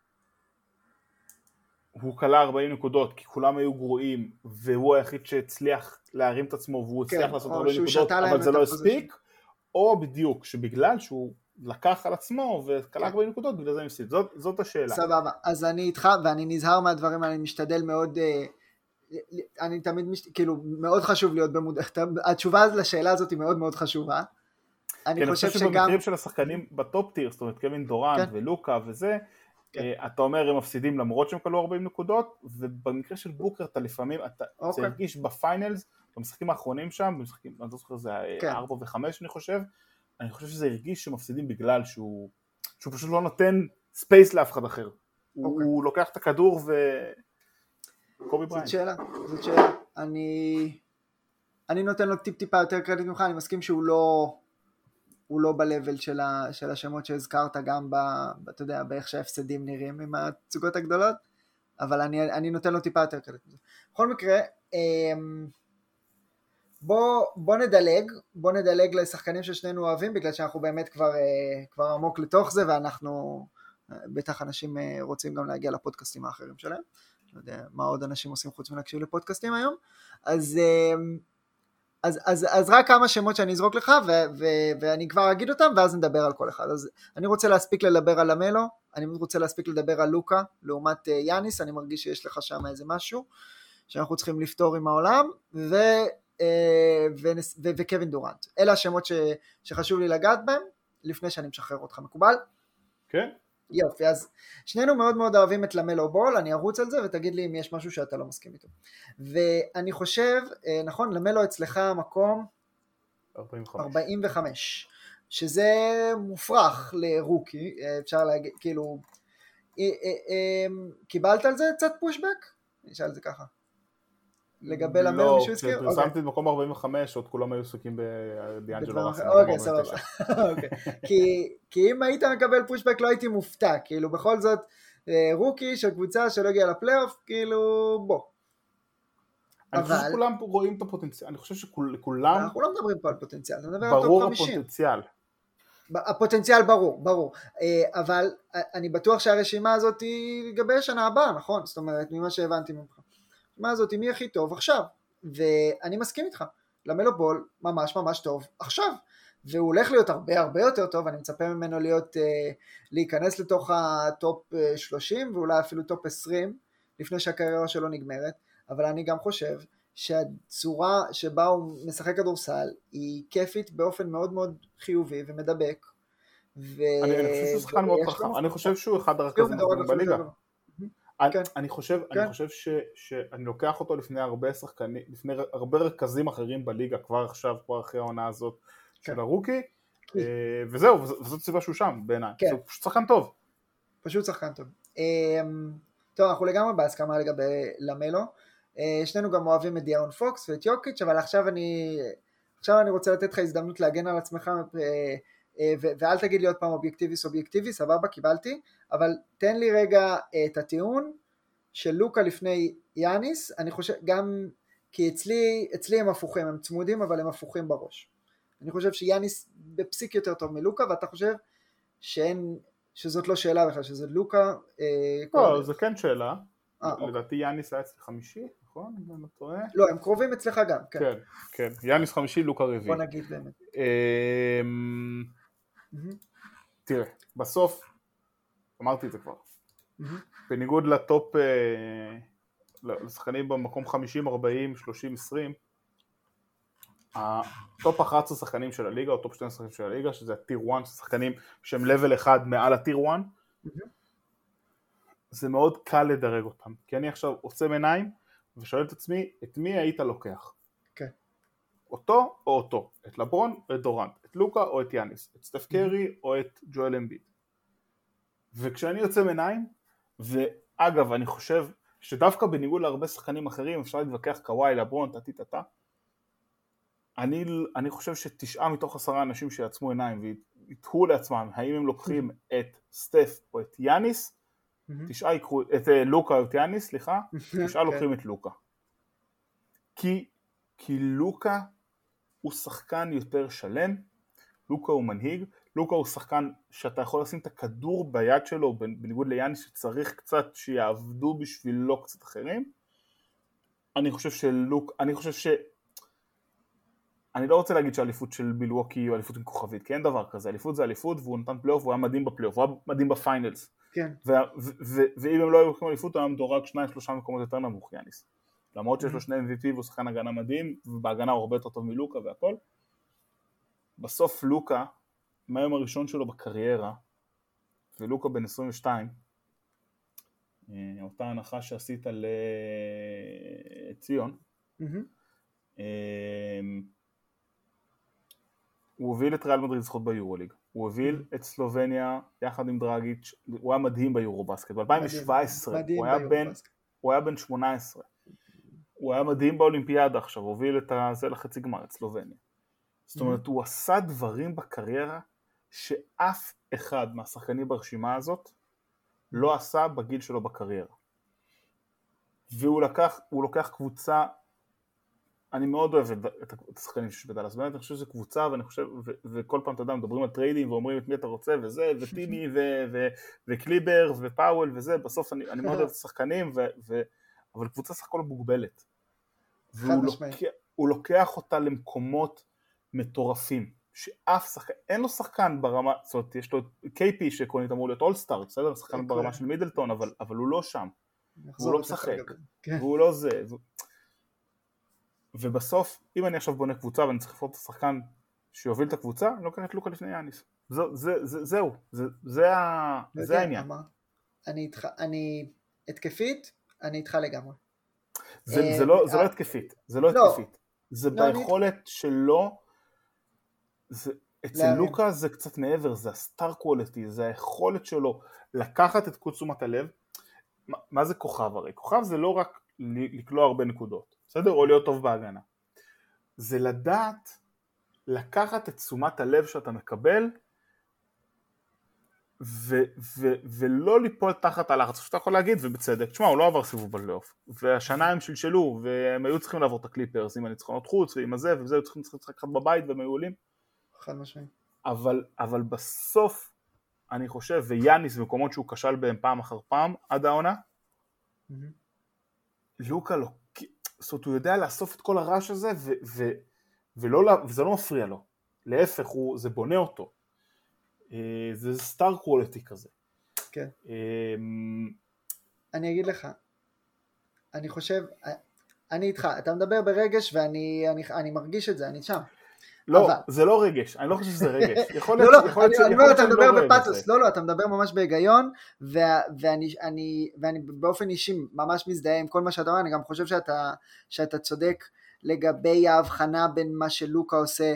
הוא קלה ארבעים נקודות כי כולם היו גרועים והוא היחיד שהצליח להרים את עצמו והוא הצליח כן, לעשות ארבעים נקודות אבל זה לא הספיק, או בדיוק שבגלל שהוא לקח על עצמו וקלה ארבעים נקודות בגלל זה מפסיד. זאת, זאת השאלה. סבבה, אז אני איתך ואני נזהר מהדברים, אני משתדל מאוד, אני תמיד מש... כאילו מאוד חשוב להיות במודע, התשובה לשאלה הזאת היא מאוד מאוד חשובה. אני כן, חושב שגם שבמקרים של השחקנים בטופ טיר, זאת אומרת קווין דורנט כן. ולוקה וזה, כן. אתה אומר הם מפסידים למרות שהם קלו ארבעים נקודות, ובמקרה של בוקר אתה לפעמים, אתה אוקיי. תרגיש בפיינלס, במשחקים האחרונים שם, במשחקים, אני לא זוכר זה כן. ארבע וחמש אני חושב, אני חושב שזה הרגיש שמפסידים בגלל שהוא, שהוא פשוט לא נותן ספייס לאף אחד אחר. אוקיי. הוא לוקח את הכדור ו... קובי בריינט. זאת שאלה, זאת שאלה. אני, אני נותן לו טיפ טיפה יותר קרדיט ממך, אני מסכים שהוא לא... הוא לא בלבל של, ה, של השמות שהזכרת גם ב, ב, אתה יודע, באיך שההפסדים נראים עם הצוגות הגדולות, אבל אני, אני נותן לו טיפה יותר קרדיט. בכל מקרה, בוא, בוא נדלג, בוא נדלג לשחקנים ששנינו אוהבים, בגלל שאנחנו באמת כבר, כבר עמוק לתוך זה, ואנחנו, בטח אנשים רוצים גם להגיע לפודקאסטים האחרים שלהם, לא יודע מה עוד אנשים עושים חוץ מלהקשיב לפודקאסטים היום, אז... אז, אז, אז רק כמה שמות שאני אזרוק לך, ו, ו, ואני כבר אגיד אותם, ואז נדבר על כל אחד. אז אני רוצה להספיק לדבר על המלו, אני רוצה להספיק לדבר על לוקה, לעומת יאניס, אני מרגיש שיש לך שם איזה משהו, שאנחנו צריכים לפתור עם העולם, ו, ו, ו, וקווין דורנט. אלה השמות ש, שחשוב לי לגעת בהם, לפני שאני משחרר אותך, מקובל? כן. יופי, אז שנינו מאוד מאוד אוהבים את למלו בול, אני ארוץ על זה ותגיד לי אם יש משהו שאתה לא מסכים איתו. ואני חושב, נכון, למלו אצלך מקום ארבעים וחמש. ארבעים וחמש, שזה מופרך לרוקי, אפשר להגיד, כאילו, קיבלת על זה קצת פושבק? אני אשאל את זה ככה. לגבי למלו לא, מישהו הזכיר? כשפרסמתי את מקום ארבעים וחמש, עוד כולם היו עסוקים בדיאנג'לו ראסל. אוקיי, סבבה. כי אם היית מקבל פושבק לא הייתי מופתע, כאילו בכל זאת רוקי של קבוצה שלא הגיע לפלייאוף, כאילו בוא. אני חושב שכולם רואים את הפוטנציאל, אני חושב שכולם... אנחנו לא מדברים פה על פוטנציאל, ברור הפוטנציאל. הפוטנציאל ברור, ברור, אבל אני בטוח שהרשימה הזאת היא לגבי השנה הבאה, נכון? זאת אומרת, ממה שהבנתי ממך. הרשימה הזאת היא מי הכי טוב עכשיו, ואני מסכים איתך, למלו בול ממש ממש טוב עכשיו, והוא הולך להיות הרבה הרבה יותר טוב, אני מצפה ממנו להיות, להיכנס לתוך הטופ שלושים, ואולי אפילו טופ עשרים, לפני שהקריירה שלו נגמרת, אבל אני גם חושב שהצורה שבה הוא משחק כדורסל היא כיפית באופן מאוד מאוד חיובי ומדבק. ו... אני, אני חושב שהוא שחקן מאוד חכם, אני חושב שהוא אחד הרכזים בליגה. אני, כן. אני חושב, כן. אני חושב ש, שאני לוקח אותו לפני הרבה שחקנים, לפני הרבה רכזים אחרים בליגה, כבר עכשיו, כבר אחרי העונה הזאת כן. של הרוקי, כן. וזהו, וזאת סיבה שהוא שם בעיניי, כן. הוא פשוט שחקן טוב. פשוט שחקן טוב. טוב, אנחנו לגמרי בהסכמה לגבי למלו, שנינו גם אוהבים את דיארון פוקס ואת יוקיץ', אבל עכשיו אני, עכשיו אני רוצה לתת לך הזדמנות להגן על עצמך, ואל תגיד לי עוד פעם אובייקטיבי סובייקטיבי, סבבה, קיבלתי, אבל תן לי רגע את הטיעון של לוקה לפני יאניס, אני חושב גם, כי אצלי, אצלי הם הפוכים, הם צמודים, אבל הם הפוכים בראש. אני חושב שיאניס בפסיק יותר טוב מלוקה, ואתה חושב שאין, שזאת לא שאלה בכלל, שזה לוקה... לא, זה כן שאלה. לדעתי יאניס היה אצלי חמישי, נכון? אני לא טועה. לא, הם קרובים אצלך גם, כן. כן, כן. יאניס חמישי, לוקה רביעי. בוא נגיד באמת. תראה, בסוף, אמרתי את זה כבר, בניגוד לטופ, לשחקנים במקום חמישים, ארבעים, שלושים, עשרים, הטופ אחת עשרה שחקנים של הליגה, או טופ שתים עשרה של הליגה, שזה הטיר אחת, שחקנים שהם לבל אחד מעל הטיר אחת, זה מאוד קל לדרג אותם, כי אני עכשיו עוצם עיניים, ושואל את עצמי, את מי היית לוקח? כן. אותו או אותו? את לברון או את דורנט? את לוקה או את יאניס? את סטף קרי או את ג'ואל אמביד? וכשאני יוצא עיניים, ואגב, אני חושב שדווקא בניגוד להרבה שחקנים אחרים, אפשר להתווכח קוואי, לברון, תתי תתה, אני, אני חושב שתשעה מתוך עשרה אנשים שיעצמו עיניים ויתהו לעצמם, האם הם לוקחים את סטף או את יאניס, תשעה יקחו, את לוקה או את יאניס, סליחה, תשעה לוקחים את לוקה. כי, כי לוקה הוא שחקן יותר שלם, לוקה הוא מנהיג, לוקה הוא שחקן שאתה יכול לשים את הכדור ביד שלו, בניגוד ליאניס שצריך קצת שיעבדו בשבילו קצת אחרים. אני חושב שלוק, אני חושב ש... אני לא רוצה להגיד שהאליפות של מילווקי היא אליפות עם כוכבית, כי אין דבר כזה, אליפות זה אליפות, והוא נתן פלייאוף, והוא היה מדהים בפלייאוף, הוא היה מדהים בפיינלס. כן. ואם הם לא היו לוקחים אליפות, הוא היה מדורג שניים, שלושה מקומות יותר נמוך, יאניס. למרות שיש לו שני אם וי פי והוא שחקן הגנה מדהים, ובהגנה הוא הרבה יותר טוב מלוקה והכל. בסוף לוקה, מהיום הראשון שלו בקריירה, ולוקה בן עשרים ושתיים, אותה הנחה שעשית לציון, הוא הוביל את ריאל מדריד זכות ביורוליג, הוא הוביל את סלובניה יחד עם דרגיץ', הוא היה מדהים ביורובסקט, ב-אלפיים שבע עשרה הוא היה בן שמונה עשרה, הוא היה מדהים באולימפיאדה עכשיו, הוא הוביל את זה לחצי גמר, את סלובניה. זאת אומרת, הוא עשה דברים בקריירה שאף אחד מהשחקנים ברשימה הזאת לא עשה בגיל שלו בקריירה. והוא לקח, הוא לוקח קבוצה, אני מאוד אוהב את השחקנים שיש בדלס, באמת אני חושב שזו קבוצה, ואני חושב, ו- וכל פעם אתה יודע, מדברים על טריידים ואומרים את מי אתה רוצה, וזה, וטימי, ו- ו- וקליבר, ופאוול, וזה, בסוף אני, אני מאוד אוהב את השחקנים, ו- ו- אבל קבוצה סך הכל מוגבלת. והוא לוקח, הוא לוקח אותה למקומות מטורפים, שאף שחקן, אין לו שחקן ברמה, זאת אומרת, יש לו קיי פי שקונית אמור להיות אולסטאר, בסדר? שחקן ברמה של מידלטון, אבל, אבל הוא לא שם, הוא לא משחק, והוא לא זה, ובסוף, אם אני עכשיו בונה קבוצה ואני צריך לפחות את השחקן שיוביל את הקבוצה, אני לוקח את לוקה לפני יאניס. זה, זה, זה, זהו, זה, זה, ה, זה העניין. אני איתך, אני התקפית, אני איתך לגמרי. זה, זה לא, זה לא התקפית, זה לא התקפית. זה ביכולת שלו, זה, אצל לוקה זה קצת מעבר, זה הסטאר קואליטי, זה היכולת שלו לקחת את כל תשומת הלב. מה, מה זה כוכב הרי? כוכב זה לא רק לקלוע הרבה נקודות, בסדר? או להיות טוב בהגנה. זה לדעת לקחת את תשומת הלב שאתה מקבל, ו- ו- ולא ליפול תחת הלחץ, שאתה יכול להגיד, ובצדק, תשמע, הוא לא עבר סיבוב בפלייאוף, והשנה הם שלשלו, והם היו צריכים לעבור את הקליפרס עם הניצחונות חוץ, ועם הזה, וזה היו צריכים לשחק אחד בבית, והם היו עולים. חד משמעי. אבל, אבל בסוף, אני חושב, ויאניס במקומות שהוא כשל בהם פעם אחר פעם, עד העונה, mm-hmm. לוקה לא, זאת אומרת, הוא יודע לאסוף את כל הרעש הזה, ו- ו- ולא, וזה לא מפריע לו, להפך, הוא, זה בונה אותו. זה סטאר קוולטי כזה. כן. אני אגיד לך, אני חושב, אני איתך, אתה מדבר ברגש ואני אני, אני מרגיש את זה, אני שם. לא, אבל... זה לא רגש, אני לא חושב שזה רגש. יכול לא, לא, אני אומר, אתה מדבר בפאטוס, לא, לא, אתה מדבר ממש בהיגיון, ואני, אני, ואני באופן אישי ממש מזדהה עם כל מה שאתה אומר, אני גם חושב שאתה, שאתה צודק לגבי ההבחנה בין מה שלוקה עושה,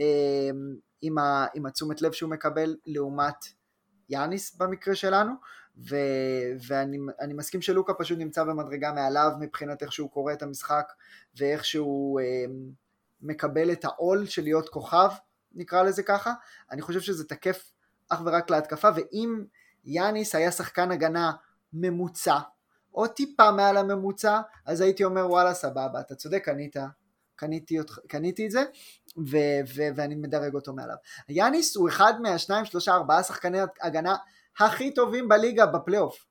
עם, ה, עם התשומת לב שהוא מקבל לעומת יאניס במקרה שלנו, ו, ואני אני מסכים שלוקה פשוט נמצא במדרגה מעליו מבחינת איך שהוא קורא את המשחק, ואיך שהוא אה, מקבל את העול של להיות כוכב, נקרא לזה ככה. אני חושב שזה תקף אך ורק להתקפה, ואם יאניס היה שחקן הגנה ממוצע, או טיפה מעל הממוצע, אז הייתי אומר וואלה סבבה, אתה צודק, קנית, קניתי, קניתי את זה, ו, ו, ואני מדרג אותו מעליו. יאניס הוא אחד מהשניים, שלושה, ארבעה שחקני הגנה הכי טובים בליגה בפלייאוף,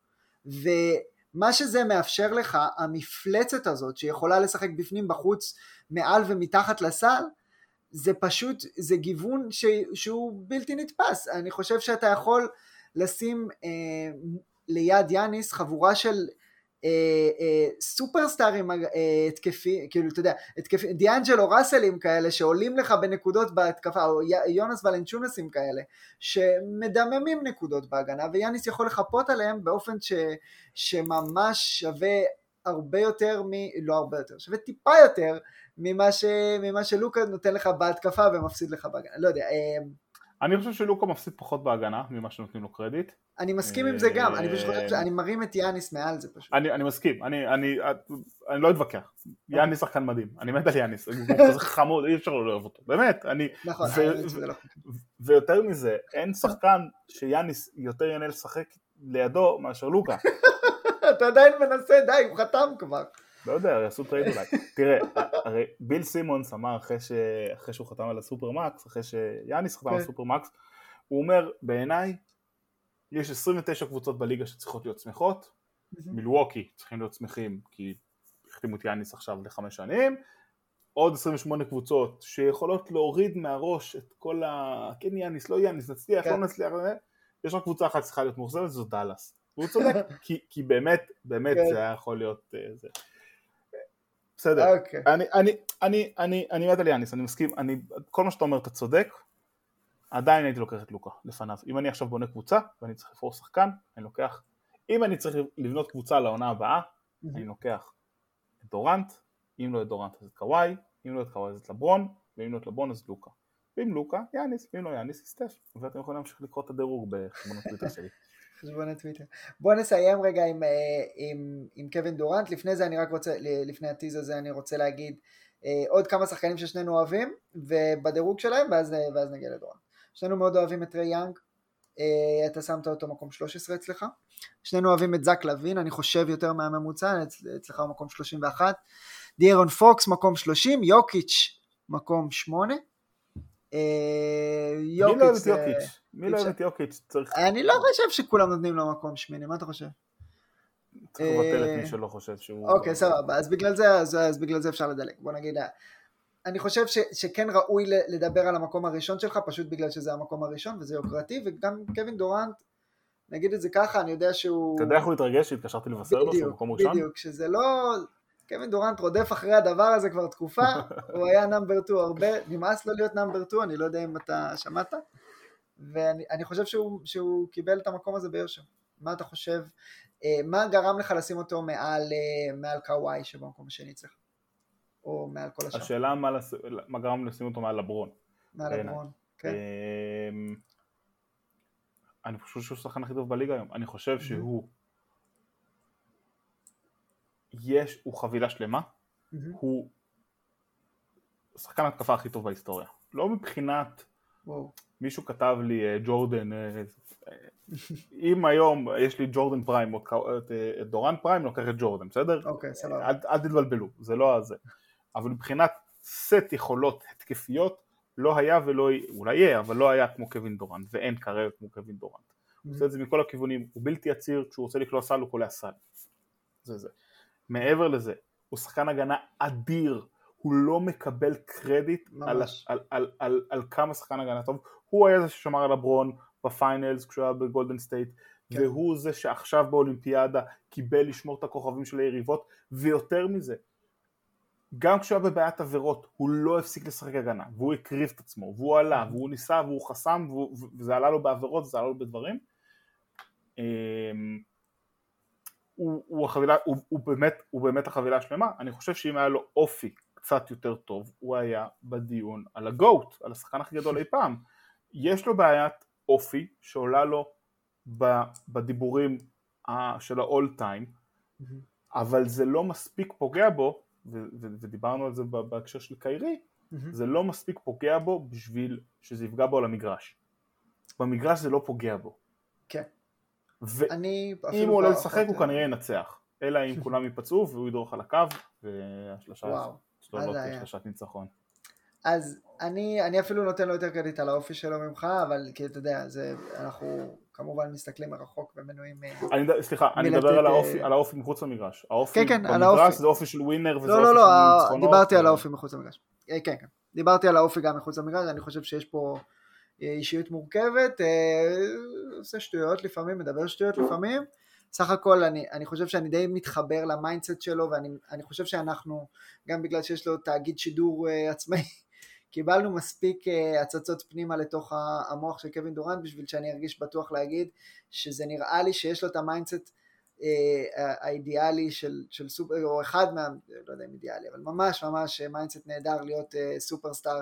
ומה שזה מאפשר לך, המפלצת הזאת שיכולה לשחק בפנים בחוץ, מעל ומתחת לסל, זה פשוט, זה גיוון ש, שהוא בלתי נתפס. אני חושב שאתה יכול לשים אה, ליד יאניס חבורה של אה, אה, סופרסטארים אה, התקפי, כאילו אתה יודע, התקפי, דיאנג'לו ראסלים כאלה שעולים לך בנקודות בהתקפה, או יונס ולנצ'ונסים כאלה, שמדממים נקודות בהגנה, ויאניס יכול לחפות עליהם באופן ש, שממש שווה הרבה יותר, מ, לא הרבה יותר, שווה טיפה יותר, ממה, ש, ממה שלוקה נותן לך בהתקפה ומפסיד לך בהגנה, לא יודע. אני חושב שלוקה מפסיד פחות בהגנה ממה שנותנים לו קרדיט. אני מסכים עם זה גם, אני פשוט חושב שאני מרים את יאניס מעל זה פשוט. אני, אני מסכים, אני, אני, אני לא אתווכח, יאניס שחקן מדהים, אני מת על יאניס, הוא כזה חמוד, אי אפשר לא לאהוב אותו, באמת, אני, נכון, ויותר מזה, אין שחקן שיאניס יותר ינהל לשחק לידו מאשר לוקה. אתה עדיין מנסה, די, הוא חתם כבר. לא יודע, יעשו טרייד אולי. תראה, הרי ביל סימונס אמר אחרי, ש... אחרי שהוא חתם על הסופרמקס, אחרי שיאניס חתם על הסופרמקס, הוא אומר, בעיניי, יש עשרים ותשע קבוצות בליגה שצריכות להיות שמחות, מילווקי צריכים להיות שמחים, כי החתימו את יאניס עכשיו לחמש שנים, עוד עשרים ושמונה קבוצות שיכולות להוריד מהראש את כל ה... כן יאניס, לא יאניס, נצליח, לא נצליח, יש רק קבוצה אחת צריכה להיות מאוכזבת, זו דאלאס. והוא צודק, כי, כי באמת, באמת זה היה יכול להיות זה. בסדר, okay. אני, אני, אני, אני, אני מת על יאניס, אני מסכים, אני, כל מה שאתה אומר אתה צודק, עדיין הייתי לוקח את לוקה לפניו. אם אני עכשיו בונה קבוצה, ואני צריך לפור שחקן, אני לוקח, אם אני צריך לבנות קבוצה לעונה הבאה, mm-hmm. אני לוקח את דורנט, אם לא את דורנט אז את קוואי, אם לא את קוואי אז את לברון, ואם לא את לברון אז לוקה. ואם לוקה, יאניס, ואם לא יאניס, סטף. ואתם יכולים להמשיך לקרוא את הדירוג בחשבונות טוויטר שלי. חשבונות טוויטר. בוא נסיים רגע עם, עם, עם קווין דורנט. לפני זה אני רק רוצה, לפני הטיז הזה אני רוצה להגיד עוד כמה שחקנים ששנינו אוהבים, ובדירוג שלהם, ואז, ואז נגיע לדורנט. שנינו מאוד אוהבים את ריי יאנג, אתה שמת אותו מקום שלוש עשרה אצלך. שנינו אוהבים את זק לוין, אני חושב יותר מהממוצע, אצלך הוא מקום שלושים ואחת. דיארון פוקס מקום שלושים, יוקיץ' מקום שמונה. מי לא אוהב את יוקיץ'? מי לא אוהב את יוקיץ'? אני לא חושב שכולם נותנים לו מקום שמיני, מה אתה חושב? צריך לבטל את מי שלא חושב שהוא... אוקיי, סבבה, אז בגלל זה, אז בגלל זה אפשר לדלק. בוא נגיד, אני חושב שכן ראוי לדבר על המקום הראשון שלך, פשוט בגלל שזה המקום הראשון, וזה יוקרתי, וגם קווין דורנט, נגיד את זה ככה, אני יודע שהוא... אתה יודע איך הוא התרגש שהתקשרתי לבשר לו שהוא מקום ראשון? בדיוק, שזה לא... קווין דורנט רודף אחרי הדבר הזה כבר תקופה, הוא היה נאמבר טו הרבה, נמאס לו להיות נאמבר טו, אני לא יודע אם אתה שמעת, ואני חושב שהוא, שהוא קיבל את המקום הזה ביושר. מה אתה חושב, מה גרם לך לשים אותו מעל, מעל קוואי שבמקום השני אצלך, או מעל כל השאר? השאלה מה, לס... מה גרם לשים אותו מעל לברון. מעל לברון, כן. אני חושב שהוא שחקן הכי טוב בליגה היום, אני חושב שהוא יש, הוא חבילה שלמה, Mm-hmm. הוא שחקן התקפה הכי טוב בהיסטוריה. לא מבחינת, Wow. מישהו כתב לי, ג'ורדן, אם היום יש לי ג'ורדן פריים, או דורן פריים, לוקח את ג'ורדן, בסדר? אוקיי, סבבה. אל, אל תתבלבלו, זה לא הזה. אבל מבחינת סט יכולות התקפיות, לא היה ולא, אולי יהיה, אבל לא היה כמו קווין דורנט, ואין כרגע כמו קווין דורנט. הוא עושה את זה מכל הכיוונים, הוא בלתי עציר, כשהוא רוצה לקלוע סל, הוא קולע סל. זה זה. מעבר לזה, הוא שחקן הגנה אדיר, הוא לא מקבל קרדיט על, על, על, על, על כמה שחקן הגנה טוב, הוא היה זה ששמר על הברון בפיינלס כשהוא היה בגולדן סטייט, כן. והוא זה שעכשיו באולימפיאדה קיבל לשמור את הכוכבים של היריבות, ויותר מזה, גם כשהוא היה בבעיית עבירות, הוא לא הפסיק לשחק הגנה, והוא הקריב את עצמו, והוא עלה, והוא ניסה, והוא חסם, והוא, וזה עלה לו בעבירות, וזה עלה לו בדברים. הוא, הוא, החבילה, הוא, הוא, באמת, הוא באמת החבילה השלמה. אני חושב שאם היה לו אופי קצת יותר טוב, הוא היה בדיון על הגוט, על השחקן הכי גדול אי פעם. יש לו בעיית אופי שעולה לו בדיבורים של ה-all time, אבל זה לא מספיק פוגע בו, ו- ו- ודיברנו על זה בהקשר של קיירי, זה לא מספיק פוגע בו בשביל שזה יפגע בו על המגרש. במגרש זה לא פוגע בו. כן. ואם הוא עולה לשחק הוא כנראה ינצח, אלא אם כולם ייפצעו והוא ידרוך על הקו, והשלושה שלו לא תהיה שלושת ניצחון. אז אני, אני אפילו נותן לו יותר קרדיט על האופי שלו ממך, אבל כי אתה יודע, זה, אנחנו כמובן מסתכלים מרחוק ומנויים... אני, סליחה, אני מדבר על האופי, על האופי מחוץ למגרש. האופי כן, כן, במגרש זה אופי של ווינר וזה לא, אופי לא, של לא, ניצחונות. דיברתי על האופי מחוץ למגרש. כן, כן. דיברתי על האופי גם מחוץ למגרש, אני חושב שיש פה אישיות מורכבת, עושה שטויות לפעמים, מדבר שטויות לפעמים. סך הכל אני, אני חושב שאני די מתחבר למיינדסט שלו, ואני אני חושב שאנחנו, גם בגלל שיש לו תאגיד שידור עצמאי, קיבלנו מספיק הצצות פנימה לתוך המוח של קווין דורנט, בשביל שאני ארגיש בטוח להגיד שזה נראה לי שיש לו את המיינדסט האידיאלי של, של סופר, או אחד מה, לא יודע אם אידיאלי, אבל ממש ממש מיינדסט נהדר להיות סופרסטאר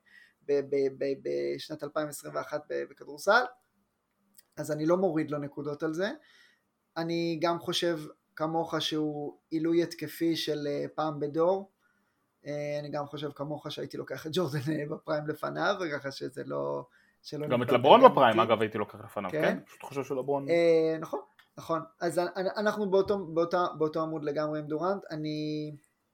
בשנת אלפיים עשרים ואחת בכדורסל, אז אני לא מוריד לו נקודות על זה. אני גם חושב כמוך שהוא עילוי התקפי של פעם בדור, אני גם חושב כמוך שהייתי לוקח את ג'ורדן בפריים לפניו, וככה שזה לא... גם את לברון בפריים, אגב, הייתי לוקח לפניו, כן? פשוט חושב שלברון... נכון, נכון. אז אנחנו באותו עמוד לגמרי עם דורנט. אני...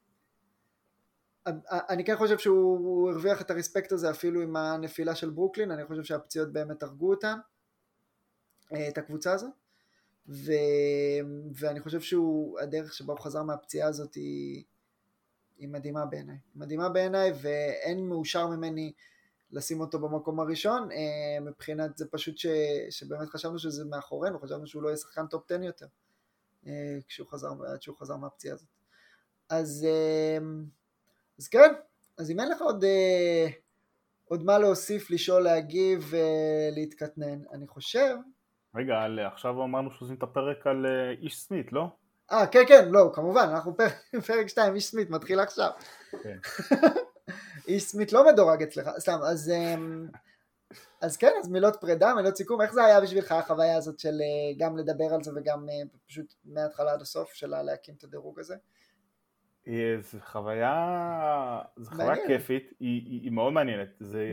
אני כן חושב שהוא הרוויח את הרספקט הזה אפילו עם הנפילה של ברוקלין, אני חושב שהפציעות באמת הרגו אותן, את הקבוצה הזאת, ו... ואני חושב שהוא, הדרך שבה הוא חזר מהפציעה הזאת היא... היא מדהימה בעיניי, מדהימה בעיניי, ואין מאושר ממני לשים אותו במקום הראשון, מבחינת זה פשוט ש, שבאמת חשבנו שזה מאחורינו, חשבנו שהוא לא יהיה שחקן טופ עשר יותר, כשהוא חזר, עד שהוא חזר מהפציעה הזאת. אז, אז כן, אז אם אין לך עוד, עוד מה להוסיף, לשאול, להגיב, להתקטנן, אני חושב... רגע, עכשיו אמרנו שעושים את הפרק על איש סמית, לא? אה, כן, כן, לא, כמובן, אנחנו פרק שתיים, איש סמית, מתחיל עכשיו. כן. איש סמית לא מדורג אצלך, סתם, אז, אז כן, אז מילות פרידה, מילות סיכום, איך זה היה בשבילך החוויה הזאת של גם לדבר על זה וגם פשוט מההתחלה עד הסוף שלה להקים את הדירוג הזה? זו חוויה, זו חוויה כיפית, היא, היא, היא מאוד מעניינת, זה,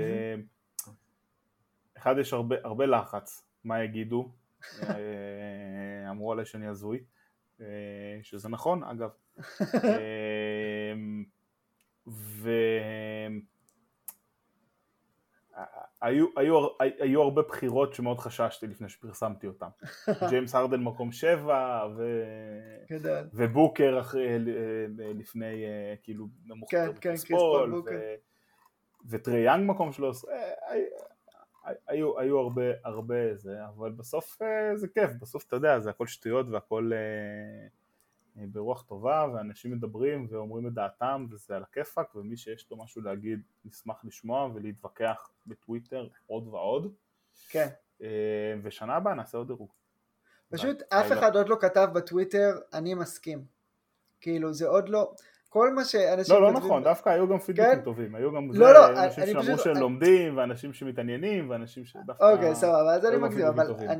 אחד יש הרבה, הרבה לחץ, מה יגידו, אמרו עליי שאני הזוי, שזה נכון אגב, והיו היו, היו הרבה בחירות שמאוד חששתי לפני שפרסמתי אותם. ג'יימס הרדן מקום שבע ובוקר לפני כאילו נמוך יותר בספול, וטרי יאנג מקום שלוש עשרה, היו, היו הרבה, הרבה זה, אבל בסוף זה כיף, בסוף אתה יודע, זה הכל שטויות והכל אה, ברוח טובה, ואנשים מדברים ואומרים את דעתם, וזה על הכיפק, ומי שיש לו משהו להגיד, נשמח לשמוע ולהתווכח בטוויטר עוד ועוד. כן. אה, ושנה הבאה נעשה עוד דירוג. פשוט אף אחד עוד לא כתב בטוויטר, אני מסכים. כאילו, זה עוד לא... כל מה שאנשים... לא, לא נכון, דווקא היו גם פידבקים טובים, היו גם אנשים שאמרו שהם לומדים, ואנשים שמתעניינים, ואנשים שדווקא... אוקיי, סבבה, אז אני מקדים, אבל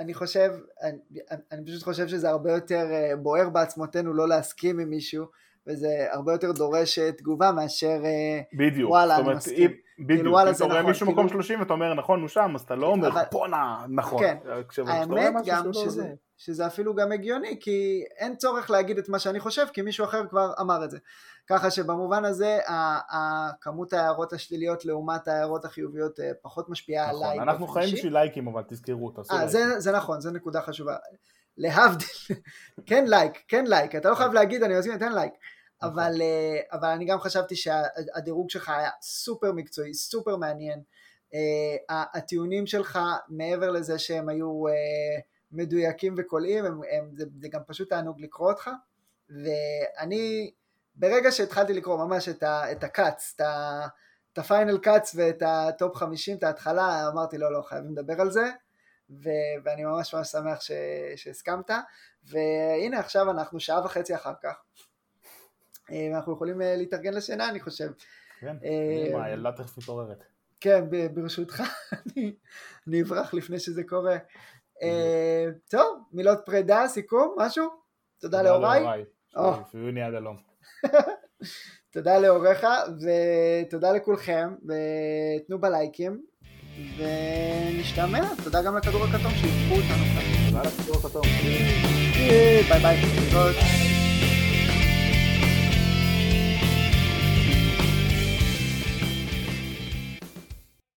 אני חושב, אני, אני פשוט חושב שזה הרבה יותר בוער בעצמותינו לא להסכים עם מישהו, וזה הרבה יותר דורש תגובה מאשר בדיוק, וואלה, אני מסכים. בדיוק, אם אתה רואה מישהו מקום שלושים ואתה אומר נכון הוא שם, אז אתה לא אומר בונה, נכון. כן, האמת גם שזה אפילו גם הגיוני, כי אין צורך להגיד את מה שאני חושב, כי מישהו אחר כבר אמר את זה. ככה שבמובן הזה, כמות ההערות השליליות לעומת ההערות החיוביות פחות משפיעה עליי. נכון, אנחנו חיים בשביל לייקים, אבל תזכרו אותה. זה נכון, זה נקודה חשובה. להבדיל, כן לייק, כן לייק, אתה לא חייב להגיד, אני מסכים, תן לייק. אבל, אבל אני גם חשבתי שהדירוג שלך היה סופר מקצועי, סופר מעניין. הטיעונים שלך, מעבר לזה שהם היו מדויקים וקולעים, הם, הם, זה, זה גם פשוט תענוג לקרוא אותך. ואני, ברגע שהתחלתי לקרוא ממש את, ה, את הקאץ, את, ה, את הפיינל קאץ ואת הטופ חמישים, את ההתחלה, אמרתי לא, לא, חייבים לדבר על זה. ו- ואני ממש ממש שמח ש- שהסכמת, והנה עכשיו אנחנו שעה וחצי אחר כך, אנחנו יכולים להתארגן לשינה אני חושב. כן, מה, הילדה תכף מתעוררת. כן, ברשותך, אני, אני אברח לפני שזה קורה. טוב, מילות פרידה, סיכום, משהו? תודה להוריי. פיוני עד הלום. תודה להוריך, ותודה לכולכם, ותנו בלייקים. ונשתמע, תודה גם לכדור הכתום שהפכו אותנו. תודה לכדור הכתום. ביי ביי.